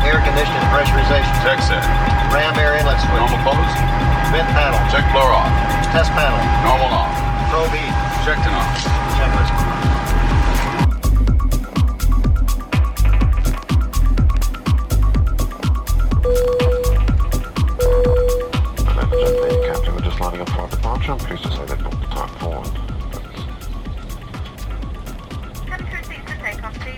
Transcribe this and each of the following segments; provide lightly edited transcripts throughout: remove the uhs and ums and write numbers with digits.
Air conditioning and pressurization. Check set. Ram air inlet switch. Normal close. Vent panel. Check blower off. Test panel. Normal off. Probe heat. Checked and off. Checklist. Captain, we're just lining up for our departure. I'm pleased to say that booked the time forward. Cabin crew seats for takeoff, please.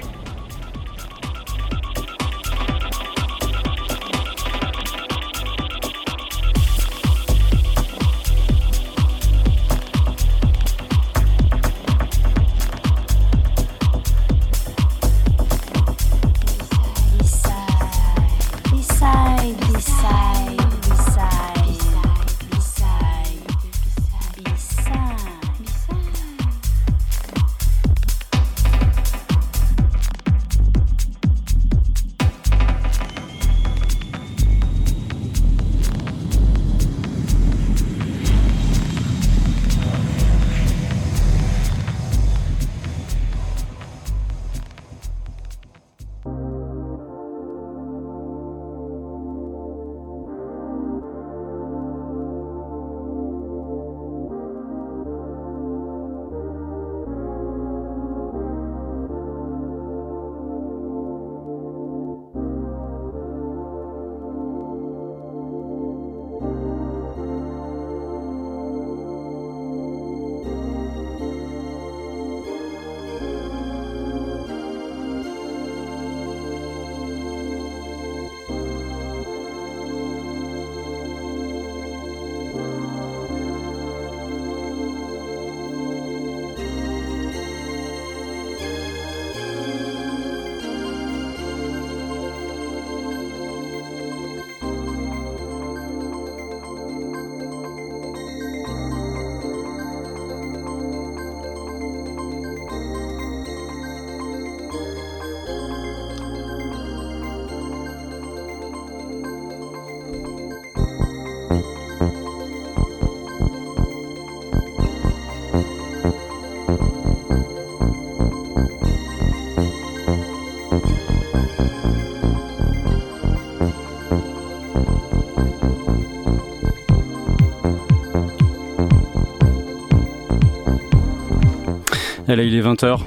Et là, il est 20h.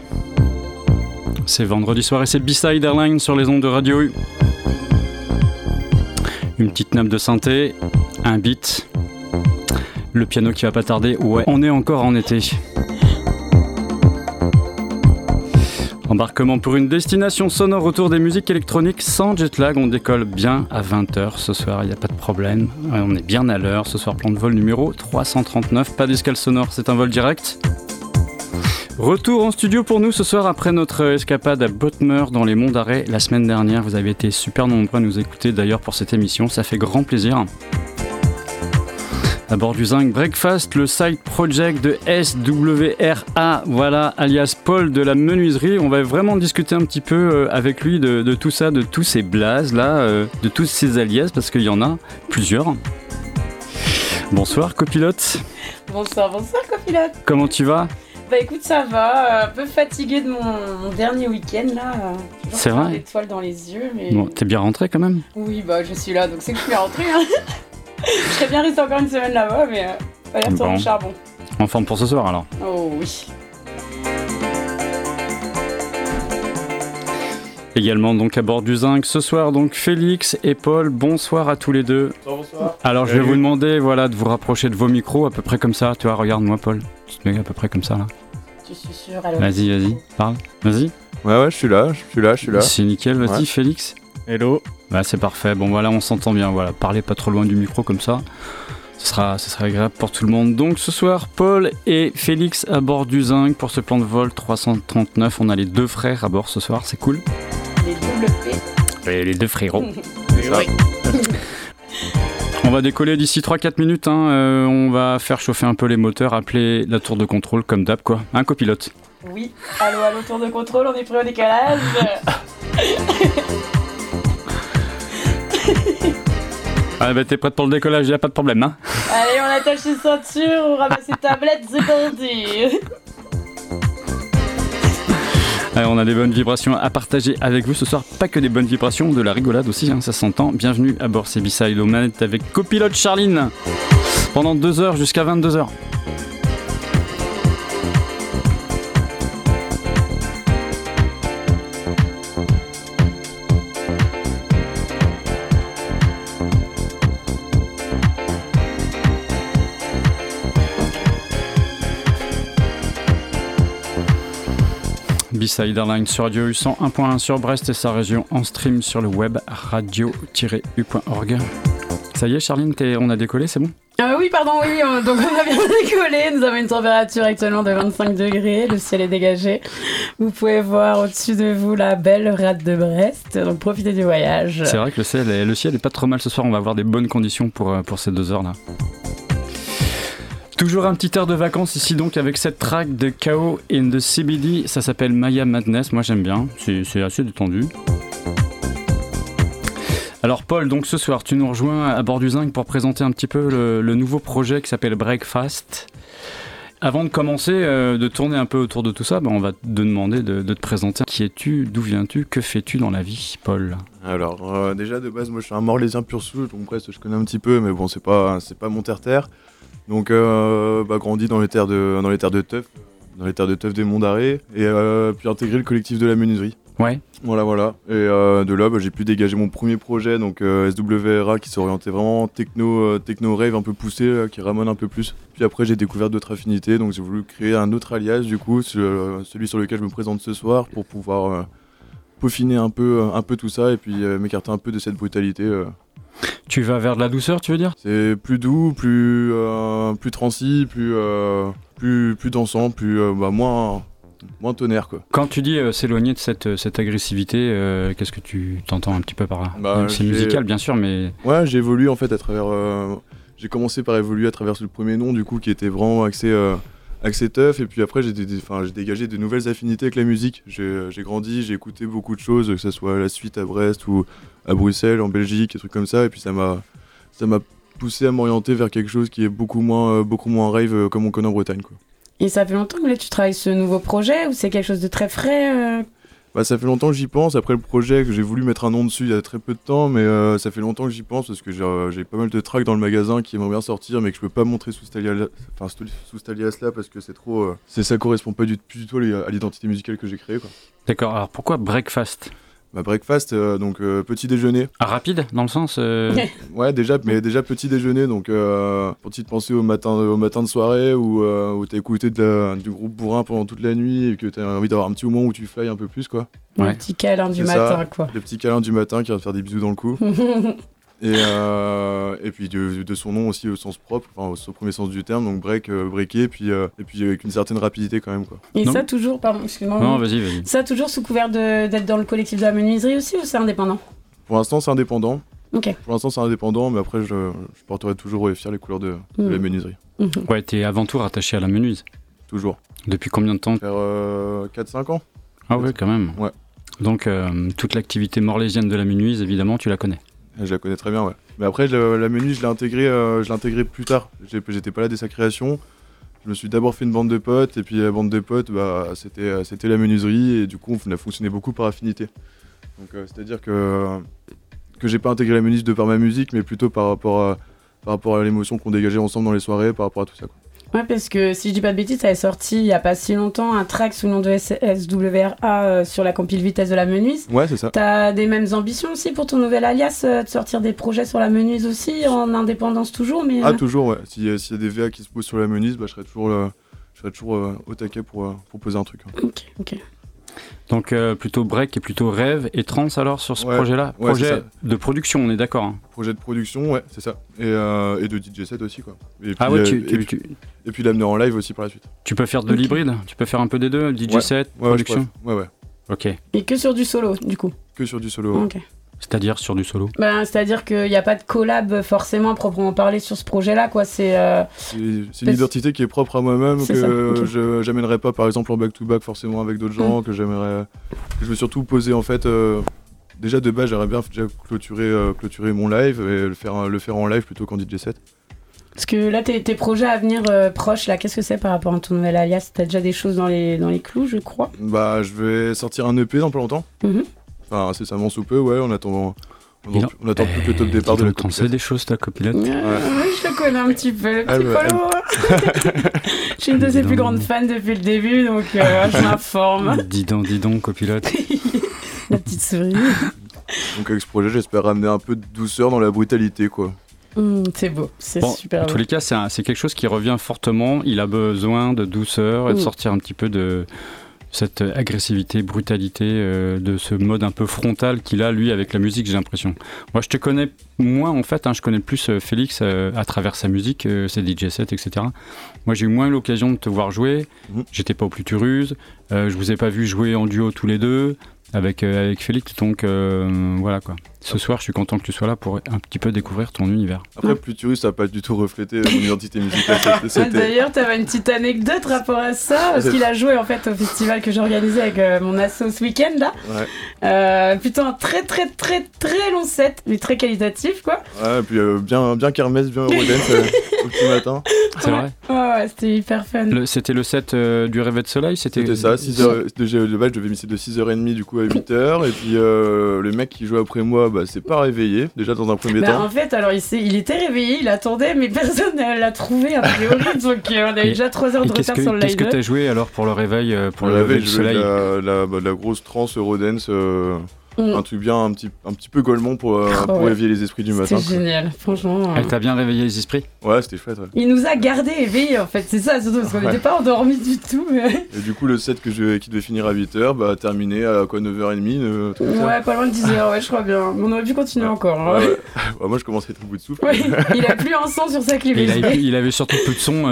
C'est vendredi soir et c'est B-Side Airlines sur les ondes de Radio U. Une petite nappe de synthé, un beat, le piano qui va pas tarder. Ouais, on est encore en été. Embarquement pour une destination sonore autour des musiques électroniques sans jet lag. On décolle bien à 20h ce soir, il n'y a pas de problème. On est bien à l'heure. Ce soir, plan de vol numéro 339. Pas d'escale sonore, c'est un vol direct. Retour en studio pour nous ce soir après notre escapade à Bottmer dans les Monts d'Arrée la semaine dernière. Vous avez été super nombreux à nous écouter d'ailleurs pour cette émission, ça fait grand plaisir. À bord du Zinc Breakfast, le side project de SWRA, voilà, alias Paul de la menuiserie. On va vraiment discuter un petit peu avec lui de tout ça, de tous ces blazes là, de tous ces alias parce qu'il y en a plusieurs. Bonsoir copilote. Bonsoir copilote. Comment tu vas ? Bah écoute, ça va, un peu fatiguée de mon dernier week-end là. C'est vrai. L'étoile dans les yeux, mais... Bon, t'es bien rentré quand même ? Oui, bah je suis là, donc c'est que je suis rentrée. Hein. Je serais bien restée encore une semaine là-bas, mais fallait retourner au charbon. En forme pour ce soir alors ? Oh oui. Également donc à bord du Zinc ce soir, donc Félix et Paul, bonsoir à tous les deux. Bonsoir. Alors je vais vous demander voilà, de vous rapprocher de vos micros à peu près comme ça. Tu vois, regarde-moi Paul, tu te mets à peu près comme ça là. Tu suis sûr, alors. Vas-y, parle, vas-y. Ouais, je suis là. C'est nickel, vas-y ouais. Félix. Hello. Bah c'est parfait, bon voilà, on s'entend bien, voilà, parlez pas trop loin du micro comme ça. Ce sera agréable pour tout le monde. Donc ce soir, Paul et Félix à bord du Zinc pour ce plan de vol 339. On a les deux frères à bord ce soir, c'est cool. Les doubles P. Et les deux frérots. Oui. On va décoller d'ici 3-4 minutes. On va faire chauffer un peu les moteurs, appeler la tour de contrôle comme d'hab, quoi. Un copilote. Oui. Allô, tour de contrôle, on est prêt au décalage. Ah bah t'es prête pour le décollage, y'a pas de problème, hein. Allez, on attache les ceintures, on ramasse les tablettes, c'est parti. On a des bonnes vibrations à partager avec vous ce soir. Pas que des bonnes vibrations, de la rigolade aussi, ça s'entend. Bienvenue à bord, c'est B-Side aux manettes avec copilote Charline. Pendant 2 heures jusqu'à 22h. B-Side Airlines sur Radio U 101.1 sur Brest et sa région, en stream sur le web radio-u.org. Ça y est Charline, on a décollé, c'est bon ? Oui, pardon, oui, donc on a bien décollé. Nous avons une température actuellement de 25 degrés, le ciel est dégagé. Vous pouvez voir au-dessus de vous la belle rade de Brest, donc profitez du voyage. C'est vrai que le ciel est pas trop mal ce soir, on va avoir des bonnes conditions pour ces 2 heures là. Toujours un petit air de vacances ici donc avec cette track de KO in the CBD, ça s'appelle Maya Madness, moi j'aime bien, c'est assez détendu. Alors Paul, donc ce soir tu nous rejoins à bord du Zinc pour présenter un petit peu le nouveau projet qui s'appelle Breakfast. Avant de commencer, de tourner un peu autour de tout ça, on va te demander de te présenter. Qui es-tu, d'où viens-tu, que fais-tu dans la vie, Paul ? Alors déjà de base moi je suis un Morlaisien pur souche, donc Brest je connais un petit peu mais bon c'est pas mon terre-terre. Donc grandi dans les terres de Teuf, des Monts d'Arrée, et puis intégré le collectif de la menuiserie. Ouais. Voilà. Et de là j'ai pu dégager mon premier projet, donc SWRA, qui s'orientait vraiment techno rave un peu poussé, qui ramène un peu plus. Puis après j'ai découvert d'autres affinités, donc j'ai voulu créer un autre alias du coup, celui sur lequel je me présente ce soir, pour pouvoir peaufiner un peu tout ça et puis m'écarter un peu de cette brutalité. Tu vas vers de la douceur, tu veux dire ? C'est plus doux, plus transi, plus dansant, moins tonnerre quoi. Quand tu dis s'éloigner de cette agressivité, qu'est-ce que tu t'entends un petit peu par là ? C'est musical bien sûr, mais... Ouais, j'ai évolué en fait à travers... j'ai commencé par évoluer à travers le premier nom du coup qui était vraiment axé Teuf, et puis après j'ai dégagé de nouvelles affinités avec la musique. J'ai grandi, j'ai écouté beaucoup de choses, que ce soit la suite à Brest ou à Bruxelles, en Belgique, des trucs comme ça, et puis ça m'a poussé à m'orienter vers quelque chose qui est beaucoup moins rave comme on connaît en Bretagne quoi. Et ça fait longtemps que là tu travailles ce nouveau projet, ou c'est quelque chose de très frais Ça fait longtemps que j'y pense. Après le projet, que j'ai voulu mettre un nom dessus il y a très peu de temps, mais ça fait longtemps que j'y pense parce que j'ai pas mal de tracks dans le magasin qui aimeraient bien sortir, mais que je peux pas montrer sous cet alias-là parce que c'est trop. Ça correspond pas du tout à l'identité musicale que j'ai créée quoi. D'accord. Alors pourquoi Breakfast ? Breakfast, donc petit déjeuner. Ah, rapide dans le sens Ouais, déjà petit déjeuner, donc pour te penser au matin de soirée où t'as écouté du groupe bourrin pendant toute la nuit et que t'as envie d'avoir un petit moment où tu flyes un peu plus quoi. Ouais. Le petit câlin du matin quoi. Le petit câlin du matin qui va te faire des bisous dans le cou. Et puis de son nom aussi au sens propre, au premier sens du terme, donc breaker, et puis avec une certaine rapidité quand même quoi. Et non. Ça toujours, pardon, excuse-moi. Non, vas-y. Ça toujours sous couvert d'être dans le collectif de la menuiserie aussi, ou c'est indépendant ? Pour l'instant c'est indépendant. Ok. Pour l'instant c'est indépendant, mais après je porterai toujours fier les couleurs de la menuiserie. Ouais, t'es avant tout rattaché à la menuise. Toujours. Depuis combien de temps ? Vers 4-5 ans. Ah ouais, quand même. Ouais. Donc toute l'activité morlaisienne de la menuise, évidemment, tu la connais. Je la connais très bien, ouais. Mais après, la menuise, je l'ai intégré plus tard. J'étais pas là dès sa création. Je me suis d'abord fait une bande de potes, et puis la bande de potes, c'était la menuiserie, et du coup, on a fonctionné beaucoup par affinité. Donc, c'est-à-dire que j'ai pas intégré la menuise de par ma musique, mais plutôt par rapport à l'émotion qu'on dégageait ensemble dans les soirées, par rapport à tout ça, quoi. Ouais, parce que si je dis pas de bêtises, ça est sorti il y a pas si longtemps un track sous le nom de SWRA sur la compile Vitesse de la Menuise. Ouais, c'est ça. T'as des mêmes ambitions aussi pour ton nouvel alias, de sortir des projets sur la Menuise aussi, en indépendance toujours, mais... Ah, toujours, ouais. S'il y a des VA qui se posent sur la Menuise, je serai toujours au taquet pour poser un truc. Hein. Ok. Donc plutôt break et plutôt rêve et trance alors sur ce projet-là. Ouais, projet de production, on est d'accord hein. Projet de production, ouais, c'est ça. Et de DJ set aussi quoi. Et puis, et puis l'amener en live aussi par la suite. Tu peux faire de l'hybride ? Tu peux faire un peu des deux, DJ set, production ? Ouais. Ok. Et que sur du solo du coup ? Que sur du solo. Ok. C'est-à-dire sur du solo ? C'est-à-dire qu'il n'y a pas de collab forcément proprement parlé sur ce projet-là, quoi. C'est une identité qui est propre à moi-même, que j'amènerais pas par exemple en back-to-back forcément avec d'autres gens, que je veux surtout poser en fait... déjà de base, j'aimerais bien clôturer mon live et le faire en live plutôt qu'en DJ set. Parce que là, tes projets à venir proches, là, qu'est-ce que c'est par rapport à ton nouvel alias? T'as déjà des choses dans les clous, je crois. Bah, je vais sortir un EP dans pas longtemps. Mhm. Enfin, incessamment sous peu, ouais, on attend plus que le top départ de la T'en sais des choses, ta copilote. Ouais, je le connais un petit peu, le petit Polo. Je suis une de ses Dis plus donc. grandes fans depuis le début, donc je m'informe. Dis donc, copilote. La petite souris. Donc avec ce projet, j'espère ramener un peu de douceur dans la brutalité, quoi. C'est beau, c'est Bon, super en beau. tous les cas, c'est quelque chose qui revient fortement. Il a besoin de douceur et de sortir un petit peu de cette agressivité, brutalité, de ce mode un peu frontal qu'il a, lui, avec la musique, j'ai l'impression. Moi, je te connais moins, en fait, je connais plus Félix à travers sa musique, ses DJ sets, etc. Moi, j'ai eu moins l'occasion de te voir jouer. J'étais pas au Pluturuse. Je vous ai pas vu jouer en duo tous les deux avec Félix, donc voilà quoi. Ce soir, je suis content que tu sois là pour un petit peu découvrir ton univers. Après, Pluturus, ça n'a pas du tout reflété mon identité musicale. D'ailleurs, tu avais une petite anecdote rapport à ça, parce qu'il a joué en fait au festival que j'ai organisé avec mon asso ce week-end là. Ouais. Plutôt un très très très très long set, mais très qualitatif quoi. Ouais, et puis bien kermesse, bien Eurodance au petit matin. C'est vrai. Ouais, c'était hyper fun. C'était le set du Réveil de Soleil, C'était ça, 6h, de base, je devais misser de 6h30 du coup à 8h, et puis le mec qui jouait après moi, bah, s'est pas réveillé, déjà dans un premier temps. En fait, alors il était réveillé, il attendait, mais personne ne l'a trouvé a priori, donc on a eu déjà 3 heures de retard sur le Qu'est-ce que line-up. t'as joué alors pour le réveil, pour On le Réveil avait du joué Soleil? de la grosse trance Eurodance, un truc bien, un petit peu Golemont pour éveiller les esprits du matin. C'était génial, franchement. Elle t'a bien réveillé les esprits? Ouais, c'était chouette. Ouais. Il nous a gardés éveillés en fait, c'est ça surtout, parce qu'on n'était pas endormis du tout. Mais... Et du coup, le set qui devait finir à 8h, bah, terminé à quoi, 9h30 tout ça. Ouais, pas loin de 10h, ouais, je crois bien. On aurait pu continuer encore. Hein. Ouais. Ouais, moi, je commençais à être au bout de souffle. Ouais, il a plus un son sur sa clé. Il avait surtout plus de son,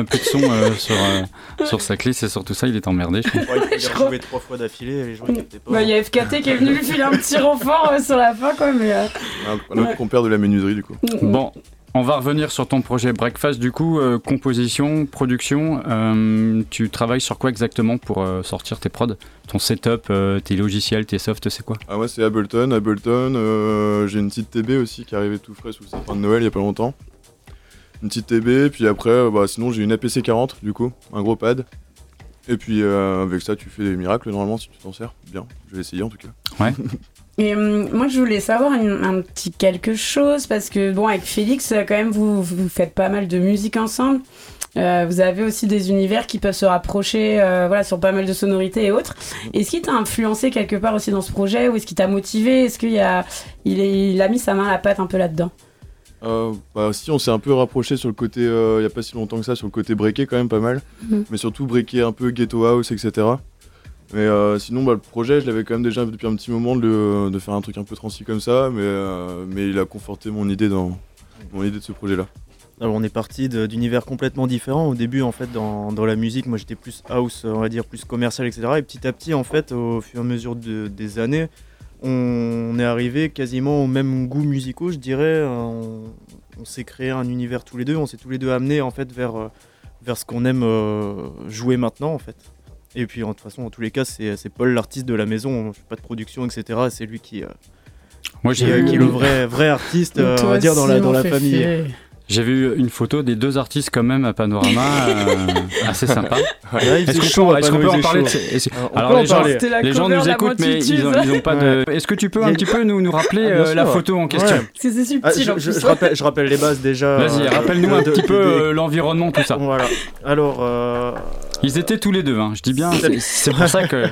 sur sa clé, c'est surtout ça, il est emmerdé. Je crois. Ouais, il a joué 3 fois d'affilée, les gens ils captaient pas. Bah, il y a FKT qui est venu lui filer un petit renfort sur la fin, quoi, mais. Un autre compère de la menuiserie, du coup. Bon, on va revenir sur ton projet Breakfast, du coup, composition, production. Tu travailles sur quoi exactement pour sortir tes prods? Ton setup, tes logiciels, tes softs, c'est quoi? Ah, moi, c'est Ableton. J'ai une petite TB aussi qui est arrivée tout frais sous le sapin de Noël il y a pas longtemps. Une petite TB, puis après, sinon, j'ai une APC 40, du coup, un gros pad. Et puis, avec ça, tu fais des miracles, normalement, si tu t'en sers. Bien, je vais essayer en tout cas. Ouais. Et moi, je voulais savoir un petit quelque chose, parce que, bon, avec Félix, quand même, vous faites pas mal de musique ensemble. Vous avez aussi des univers qui peuvent se rapprocher voilà, sur pas mal de sonorités et autres. Est-ce qu'il t'a influencé quelque part aussi dans ce projet, ou est-ce qu'il t'a motivé? Est-ce qu'il a mis sa main à la pâte un peu là-dedans? Si, on s'est un peu rapproché sur le côté, il y a pas si longtemps que ça, sur le côté breaké quand même pas mal. Mais surtout breaké un peu ghetto house, etc. Mais sinon, le projet, je l'avais quand même déjà depuis un petit moment de faire un truc un peu transi comme ça, mais il a conforté mon idée de ce projet-là. Alors on est parti d'univers complètement différents. Au début, en fait, dans la musique, moi j'étais plus house, on va dire, plus commercial, etc. Et petit à petit, en fait, au fur et à mesure des années, on est arrivé quasiment aux mêmes goûts musicaux, je dirais. On s'est créé un univers tous les deux, on s'est tous les deux amenés en fait vers ce qu'on aime jouer maintenant, en fait. Et puis, de toute façon, en tous les cas, c'est Paul l'artiste de la maison. Je fais pas de production, etc. C'est lui qui est le vrai artiste, on va dire, dans la famille. J'ai vu une photo des deux artistes quand même à Panorama, assez sympa. Ouais, Est-ce qu'on peut en parler Alors les gens nous écoutent, mais ils n'ont pas de. Est-ce que tu peux un petit peu nous rappeler la photo en question? Parce que c'est subtil. Je rappelle les bases déjà. Vas-y, rappelle-nous un petit peu l'environnement, tout ça. Voilà. Alors. Ils étaient tous les deux, hein. Je dis bien. C'est pour ça que.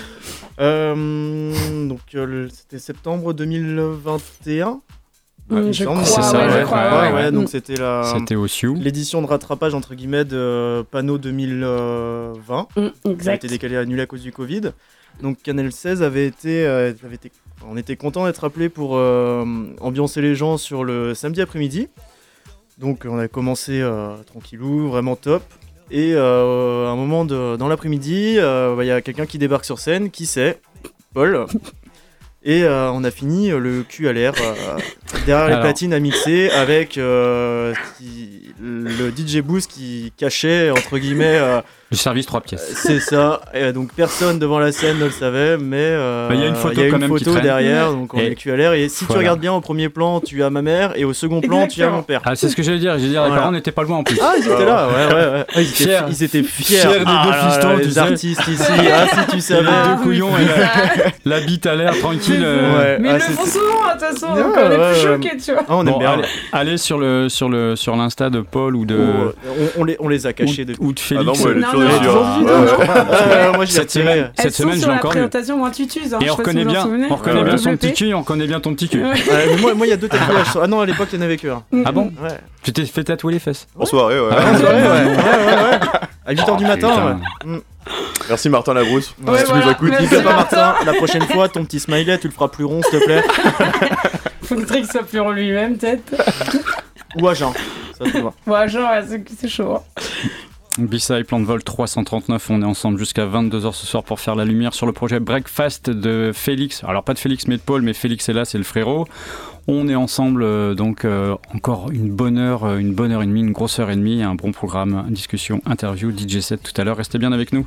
Donc c'était septembre 2021. Je crois, c'est ça, je crois. Ouais, donc c'était au Sioux. L'édition de rattrapage entre guillemets de Pano 2020. Exact. Ça a été décalé, annulé à cause du Covid. Donc Canal 16 on était content d'être appelé pour ambiancer les gens sur le samedi après-midi. Donc on a commencé tranquillou, vraiment top. Et à un moment dans l'après-midi, il y a quelqu'un qui débarque sur scène, qui c'est Paul. Et on a fini le cul à l'air derrière les platines à mixer avec le DJ Boost qui cachait entre guillemets Le service 3 pièces. C'est ça. Et donc personne devant la scène ne le savait, mais il y a une photo quand même qui traîne. derrière, donc en Et QLR. Et si tu regardes bien, au premier plan, tu as ma mère, et au second plan, tu as mon père. Ah, c'est ce que j'allais dire. Les parents n'étaient pas loin en plus. Ah, ils étaient là, ouais. Ah, ils étaient fiers. Fiers des deux fistons, les artistes ici. Ah, si tu savais. Les deux couillons et la bite à l'air tranquille. Mais ils le font souvent, de toute façon, donc on est plus choqués, tu vois. Ah, on aime bien. Allez sur l'Insta de Paul ou de. On les a cachés depuis. Ou de Félix. Ah non, moi, elle est Non, toujours non, dessus, toujours hein. vidéo. Moi, je l'ai Cette semaine, Elles je sont l'ai sur la encore vu. présentation Moins tu tues, hein, Et je on sais pas si reconnaît vous en bien, souvenez. on reconnaît bien son WP. petit cul, on connaît bien ton petit cul. Ouais. Mais moi, il y a 2 tatouages. Ah non, à l'époque, il y en avait que un. Ah bon? Ouais. Tu t'es fait tatouer les fesses? En soirée, ouais. Ah, ouais. À 8h du matin. putain. Merci Martin Labrousse. Ouais, si tu voilà. nous écoutes. Merci. Dis pas Martin, la prochaine fois, ton petit smiley, tu le feras plus rond, s'il te plaît. Faudrait qu'il soit plus en lui-même, peut-être. Ou à Jean. Ça te va. Ouais, genre, c'est chaud. Hein. B-Side, Plan de Vol 339, on est ensemble jusqu'à 22h ce soir pour faire la lumière sur le projet Breakfast de Félix. Alors pas de Félix mais de Paul, mais Félix est là, c'est le frérot. On est ensemble donc encore une bonne heure et demie, une grosse heure et demie, un bon programme, discussion, interview, DJ set tout à l'heure. Restez bien avec nous.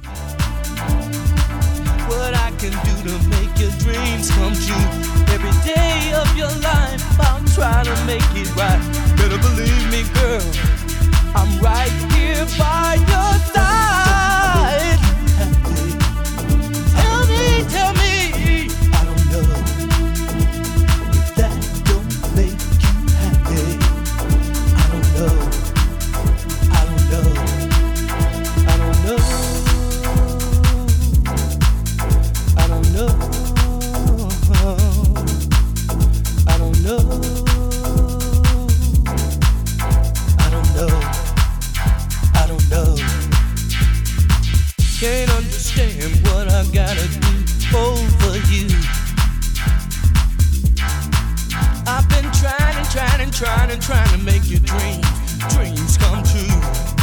What I can do to make your dreams come true. Every day of your life, I'll try to make it right. Better believe me, girl, I'm right here by your side. Tell me, I don't know if that don't make you happy. I don't know, I don't know, I don't know. I don't know. I don't know. I don't know. I don't know. Can't understand what I gotta do over you. I've been trying to make your dreams come true.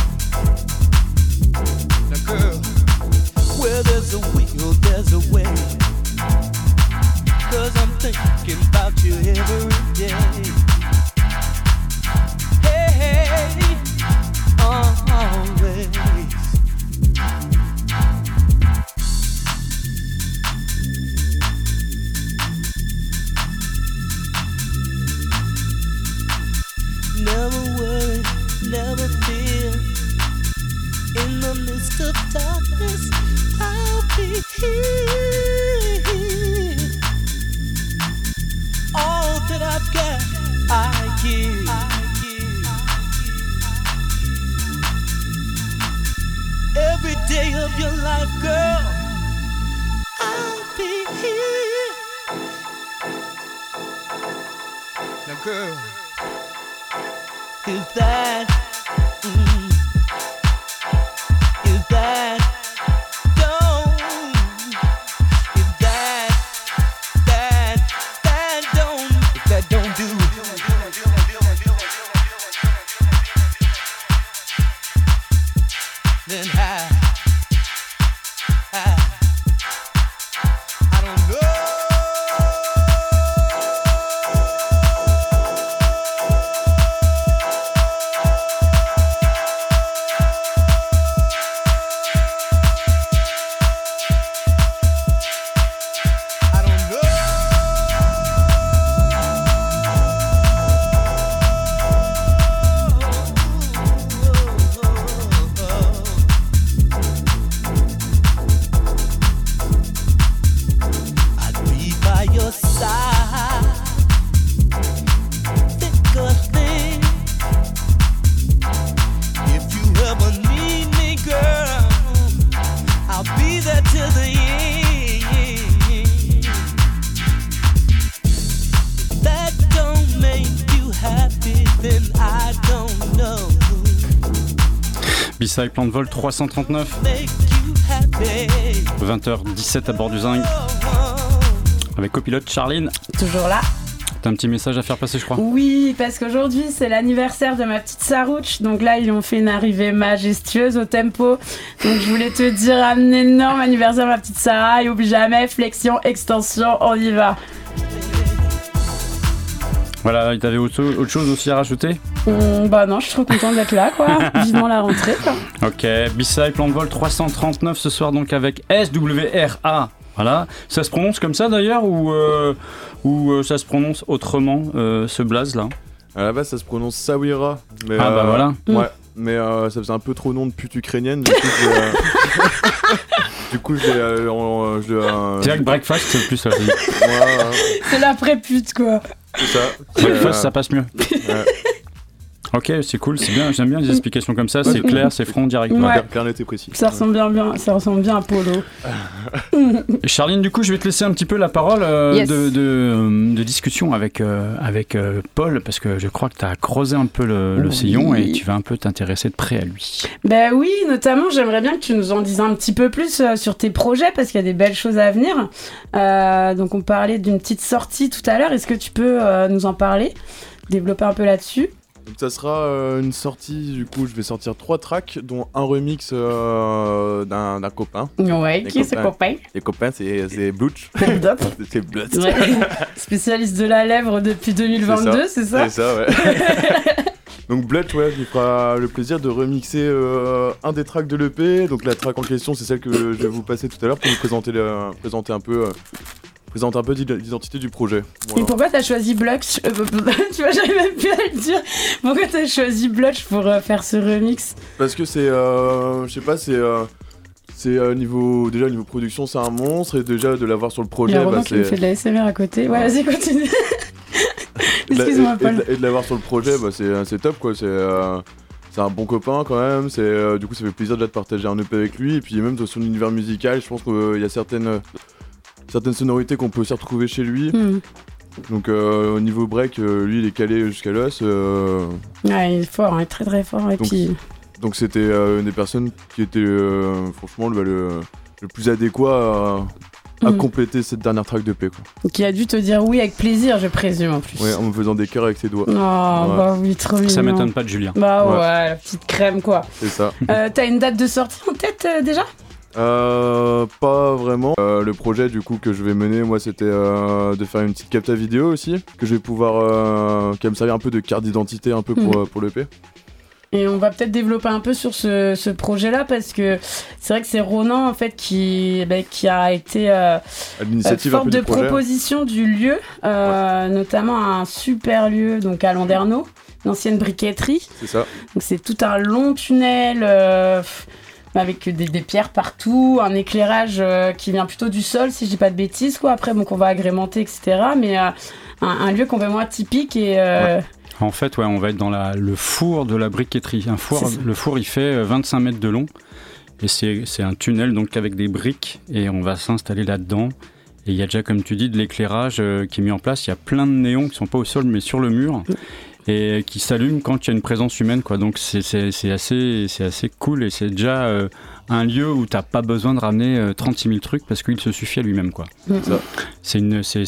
Now girl, where there's a will, there's a way. 'Cause I'm thinking about you every day. Hey, always. Never worry, never fear. In the midst of darkness, I'll be here. All that I've got, I give. Every day of your life, girl, I'll be here. Now, girl, if that don't, if that don't, if that don't do, then I don't know. B-Side, Plan de Vol 339, 20h17 à bord du Zinc, avec copilote Charline. Toujours là. T'as un petit message à faire passer, je crois. Oui, parce qu'aujourd'hui c'est l'anniversaire de ma petite Sarouche, donc là ils ont fait une arrivée majestueuse au tempo. Donc je voulais te dire un énorme anniversaire ma petite Sarah, et oublie jamais, flexion, extension, on y va. Voilà, t'avais autre chose aussi à rajouter? Bah non, je suis trop contente d'être là, quoi. Vivement la rentrée, quoi. Ok, B-Side Plan de Vol 339 ce soir donc avec SWRA. Voilà, ça se prononce comme ça d'ailleurs ou ça se prononce autrement ce blaze là? À la base, ça se prononce Sawira. Mais, Bah voilà. Ouais, mais ça faisait un peu trop nom de pute ukrainienne. Du coup, C'est vrai que Breakfast c'est plus ça. C'est l'après-pute, quoi. C'est ça. Breakfast ça passe mieux. Ouais. Ok, c'est cool, c'est bien, j'aime bien les explications comme ça, c'est clair, c'est franc, direct. Ouais. Clair, net et précis. Ça ressemble bien à Polo. Et Charline, du coup, je vais te laisser un petit peu la parole Yes. de discussion avec Paul, parce que je crois que tu as creusé un peu le sillon et tu vas un peu t'intéresser de près à lui. Ben oui, notamment, j'aimerais bien que tu nous en dises un petit peu plus sur tes projets, parce qu'il y a des belles choses à venir. Donc, on parlait d'une petite sortie tout à l'heure. Est-ce que tu peux nous en parler, développer un peu là-dessus? Donc ça sera une sortie, du coup je vais sortir 3 tracks, dont un remix d'un copain. Ouais, Les qui est ce copain? Les copains c'est Blutch. C'est Blutch. Ouais. Spécialiste de la lèvre depuis 2022, c'est ça? C'est ça, ouais. Donc Blutch, ouais, il fera le plaisir de remixer un des tracks de l'EP. Donc la track en question, c'est celle que je vais vous passer tout à l'heure pour vous présenter un peu l'identité du projet. Voilà. Et pourquoi t'as choisi Blutch? Tu vois, j'arrive même plus à le dire. Pourquoi t'as choisi Blutch pour faire ce remix? Parce que c'est, je sais pas, c'est niveau production, c'est un monstre, et déjà de l'avoir sur le Il y projet, a Romain qui me fait de la SMR à côté. Ouais, vas-y, continue. Excuse-moi, Paul. Et de l'avoir sur le projet, c'est top, quoi. C'est un bon copain quand même. Du coup, ça fait plaisir de partager un EP avec lui, et puis même dans son univers musical, je pense qu'il y a certaines sonorités qu'on peut aussi retrouver chez lui. Donc au niveau break, lui il est calé jusqu'à l'os. Ouais, il est fort, il est très très fort. Donc c'était une des personnes qui était franchement le plus adéquat à compléter cette dernière track de P, quoi. Qui a dû te dire oui avec plaisir, je présume en plus. Ouais, en me faisant des cœurs avec ses doigts. Oh, bah oui, trop mignon. Ça m'étonne pas de Julien. Bah ouais, la petite crème, quoi. C'est ça. T'as une date de sortie en tête déjà? Pas vraiment. Le projet du coup que je vais mener, moi, c'était de faire une petite capta vidéo aussi, que je vais pouvoir qui va me servir un peu de carte d'identité un peu pour l'EP. Et on va peut-être développer un peu sur ce projet-là, parce que c'est vrai que c'est Ronan en fait qui a été à l'initiative force un peu de du projet. proposition du lieu, notamment un super lieu donc à Landerneau, l'ancienne briqueterie. C'est ça. Donc c'est tout un long tunnel avec des pierres partout, un éclairage qui vient plutôt du sol, si je dis pas de bêtises, quoi. Après, bon, qu'on va agrémenter, etc. Mais un lieu complètement atypique et... En fait, ouais, on va être dans le four de la briqueterie. Le four, il fait 25 mètres de long. Et c'est un tunnel donc avec des briques. Et on va s'installer là-dedans. Et il y a déjà, comme tu dis, de l'éclairage qui est mis en place. Il y a plein de néons qui ne sont pas au sol, mais sur le mur. Et qui s'allument quand il y a une présence humaine, quoi. Donc c'est assez cool. Et c'est déjà un lieu où tu n'as pas besoin de ramener 36 000 trucs parce qu'il se suffit à lui-même, quoi. C'est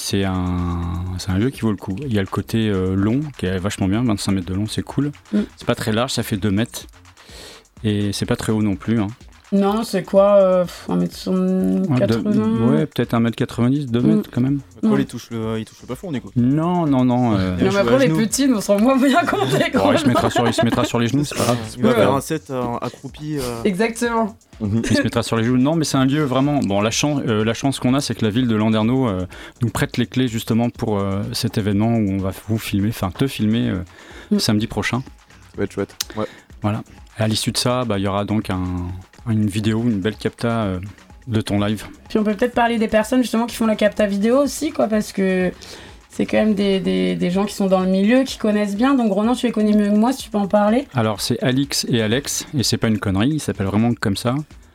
un lieu qui vaut le coup. Il y a le côté long qui est vachement bien, 25 mètres de long, c'est cool. C'est pas très large, ça fait 2 mètres. Et c'est pas très haut non plus, hein. Non, c'est quoi 1m80 Ouais, peut-être 1m90, 2 mètres quand même. Paul, il touche le plafond, du coup. Non. Non, mais après, les petits, on s'en rend moins bien compte. Il se mettra sur les genoux, c'est pas grave. Il va faire un set accroupi. Exactement. Il se mettra sur les genoux. Non, mais c'est un lieu vraiment... Bon, la chance qu'on a, c'est que la ville de Landerneau nous prête les clés justement pour cet événement où on va te filmer samedi prochain. Ça va être chouette. Ouais. Voilà. Et à l'issue de ça, il y aura donc une vidéo, une belle capta de ton live. Puis on peut peut-être parler des personnes justement qui font la capta vidéo aussi, quoi, parce que c'est quand même des gens qui sont dans le milieu, qui connaissent bien. Donc Ronan, tu les connais mieux que moi, si tu peux en parler. Alors c'est Alix et Alex, et c'est pas une connerie, ils s'appellent vraiment comme ça.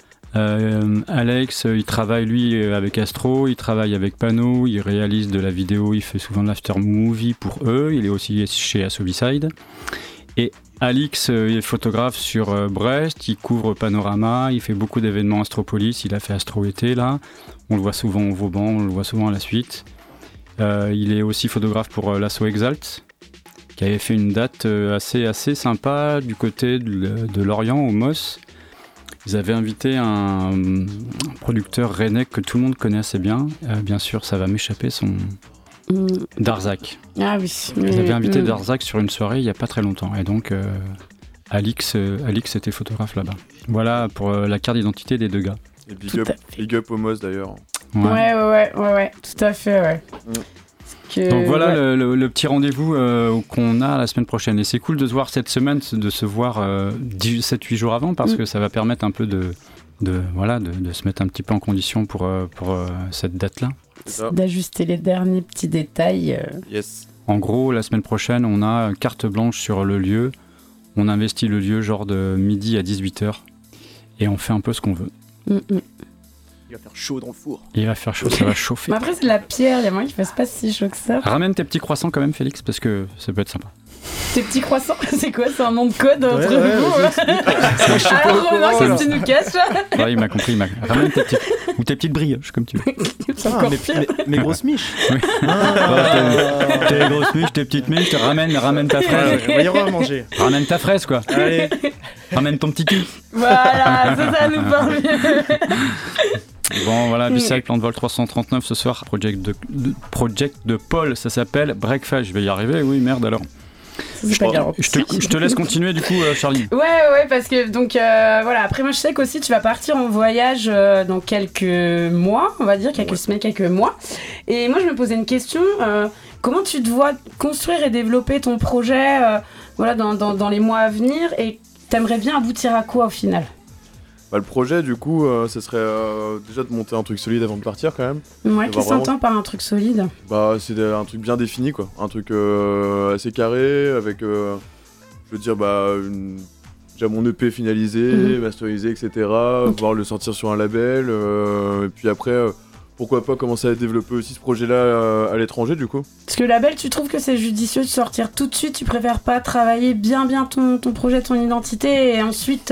Alex, il travaille lui avec Astro, il travaille avec Pano, il réalise de la vidéo, il fait souvent de l'after-movie pour eux, il est aussi chez Asobicide. Et Alix est photographe sur Brest, il couvre Panorama, il fait beaucoup d'événements Astropolis, il a fait Astro été là, on le voit souvent au Vauban, on le voit souvent à la suite. Il est aussi photographe pour l'Asso Exalt, qui avait fait une date assez sympa du côté de Lorient, au MOS. Ils avaient invité un producteur rennais que tout le monde connaît assez bien, bien sûr ça va m'échapper Darzac. Ah oui. Vous avez invité Darzac sur une soirée il n'y a pas très longtemps. Et donc, Alix était photographe là-bas. Voilà pour la carte d'identité des deux gars. Et big up au Moss d'ailleurs. Ouais, tout à fait, ouais. Donc voilà le petit rendez-vous qu'on a la semaine prochaine. Et c'est cool de se voir cette semaine, de se voir 7-8 jours avant, parce que ça va permettre un peu de se mettre un petit peu en condition pour cette date-là. D'ajuster les derniers petits détails. Yes. En gros, la semaine prochaine, on a carte blanche sur le lieu. On investit le lieu genre de midi à 18h. Et on fait un peu ce qu'on veut. Il va faire chaud dans le four. Il va faire chaud, ça va chauffer. Mais après, c'est de la pierre, il y a moyen qu'il fasse pas si chaud que ça. Ramène tes petits croissants quand même, Félix, parce que ça peut être sympa. Tes petits croissants, c'est quoi? C'est un nom de code entre vous? Alors, Romain, qu'est-ce que tu nous caches là? Ouais, il m'a compris. Ramène tes petites... ou tes petites brioches, comme tu veux. C'est encore pire. Mes grosses miches. Oui. Tes grosses miches, tes petites miches, ramène ta fraise. On va y avoir à manger. Ramène ta fraise, quoi. Allez. Ramène ton petit cul. Voilà, ça nous parle mieux. Bon, voilà, B-Side, Plan de Vol 339 ce soir. Project de Paul, ça s'appelle Breakfast. Je vais y arriver, oui, merde alors. C'est pas garanti. Je te laisse continuer du coup, Charlie. Ouais, parce que donc voilà. Après, moi, je sais qu'aussi tu vas partir en voyage dans quelques mois, on va dire, quelques semaines, quelques mois. Et moi, je me posais une question. Comment tu te vois construire et développer ton projet dans les mois à venir, et t'aimerais bien aboutir à quoi au final? Le projet, du coup, ça serait déjà de monter un truc solide avant de partir quand même. Ouais, qu'est-ce que t'entends par un truc solide? C'est un truc bien défini, quoi. Un truc assez carré, avec, je veux dire, déjà mon EP finalisé, masterisé, etc. Pouvoir le sortir sur un label. Et puis après, pourquoi pas commencer à développer aussi ce projet-là à l'étranger, du coup. Parce que label, tu trouves que c'est judicieux de sortir tout de suite? Tu préfères pas travailler bien ton projet, ton identité, et ensuite...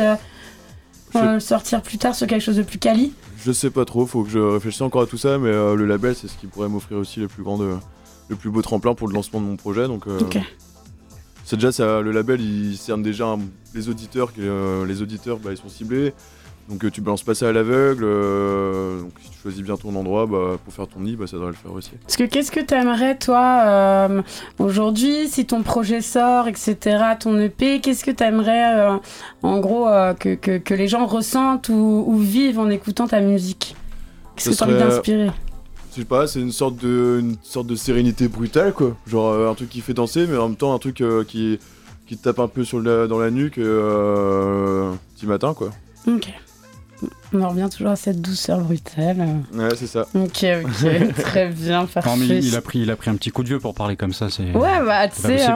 sortir plus tard sur quelque chose de plus quali? Je sais pas trop, faut que je réfléchisse encore à tout ça, mais le label, c'est ce qui pourrait m'offrir aussi le plus beau tremplin pour le lancement de mon projet. Donc, c'est déjà ça, le label, il cerne déjà les auditeurs, ils sont ciblés. Donc tu balances pas ça à l'aveugle, donc si tu choisis bien ton endroit pour faire ton nid, ça devrait le faire aussi. Parce que qu'est-ce que t'aimerais toi aujourd'hui, si ton projet sort, etc., ton EP, qu'est-ce que t'aimerais en gros que les gens ressentent ou vivent en écoutant ta musique? Qu'est-ce que t'as envie d'inspirer? Je sais pas, c'est une sorte de sérénité brutale, quoi. Genre un truc qui fait danser, mais en même temps un truc qui te tape un peu dans la nuque petit matin, quoi. Ok. On en revient toujours à cette douceur brutale. Ouais, c'est ça. Ok, très bien, parfait. Non, mais il a pris un petit coup de vieux pour parler comme ça. Ouais, tu sais,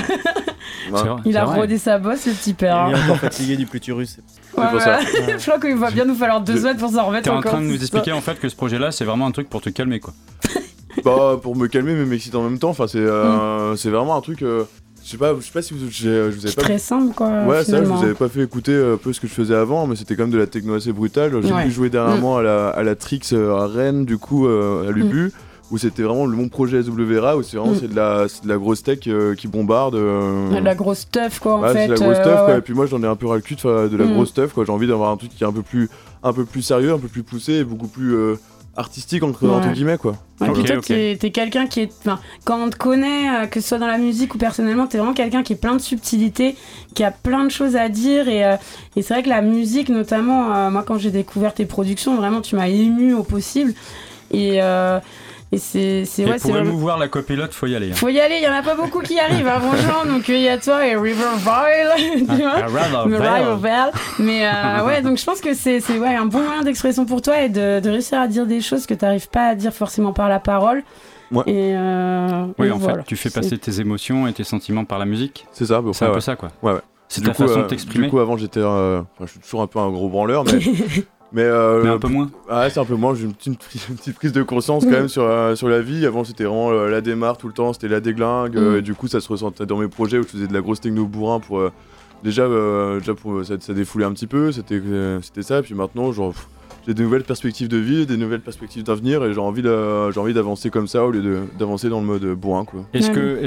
il a rodé sa bosse, le petit père. Il est encore fatigué du Pluturus. C'est pour ça. Je crois qu'il va bien nous falloir 2 semaines pour s'en remettre. T'es en train de nous expliquer en fait que ce projet-là, c'est vraiment un truc pour te calmer, quoi. Pour me calmer, mais m'exciter en même temps. Enfin, c'est vraiment un truc. Je sais pas si je vous avais pas... Très simple, quoi. Ouais, ça, je vous avais pas fait écouter un peu ce que je faisais avant, mais c'était quand même de la techno assez brutale. J'ai pu jouer dernièrement à la Trix à Rennes, du coup, à l'Ubu, où c'était vraiment mon projet SWRA, où c'est de la grosse tech qui bombarde. De la grosse stuff, quoi, en fait. C'est de la grosse stuff, quoi. Et puis moi, j'en ai un peu ras le cul de la grosse stuff, quoi. J'ai envie d'avoir un truc qui est un peu plus sérieux, un peu plus poussé, et beaucoup plus artistique, entre guillemets, quoi. Ouais, puis toi, t'es quelqu'un qui est... Enfin, quand on te connaît, que ce soit dans la musique ou personnellement, t'es vraiment quelqu'un qui est plein de subtilité, qui a plein de choses à dire, et c'est vrai que la musique, notamment, moi, quand j'ai découvert tes productions, vraiment, tu m'as ému au possible, et c'est ouais, pour émouvoir la copilote, faut y aller. Faut y aller, il y en a pas beaucoup qui y arrivent, franchement, donc il y a toi et Riverville, tu vois, Riverville. Mais ouais, donc je pense que c'est un bon moyen d'expression pour toi, et de réussir à dire des choses que t'arrives pas à dire forcément par la parole. Ouais. Et oui, en fait, tu fais passer tes émotions et tes sentiments par la musique. C'est ça, c'est un peu ça, quoi. Ouais. C'est ta façon de t'exprimer. Du coup, avant, j'étais, je suis toujours un peu un gros branleur, mais. Mais un peu moins. Ouais, c'est un peu moins. J'ai une petite prise de conscience quand même sur la vie. Avant, c'était vraiment la démarre tout le temps, c'était la déglingue. Et du coup, ça se ressentait dans mes projets où je faisais de la grosse techno bourrin pour déjà pour ça défoulait un petit peu. C'était ça. Et puis maintenant, genre, j'ai des nouvelles perspectives de vie, des nouvelles perspectives d'avenir, et j'ai envie d'avancer comme ça au lieu d'avancer dans le mode bourrin, quoi. Est-ce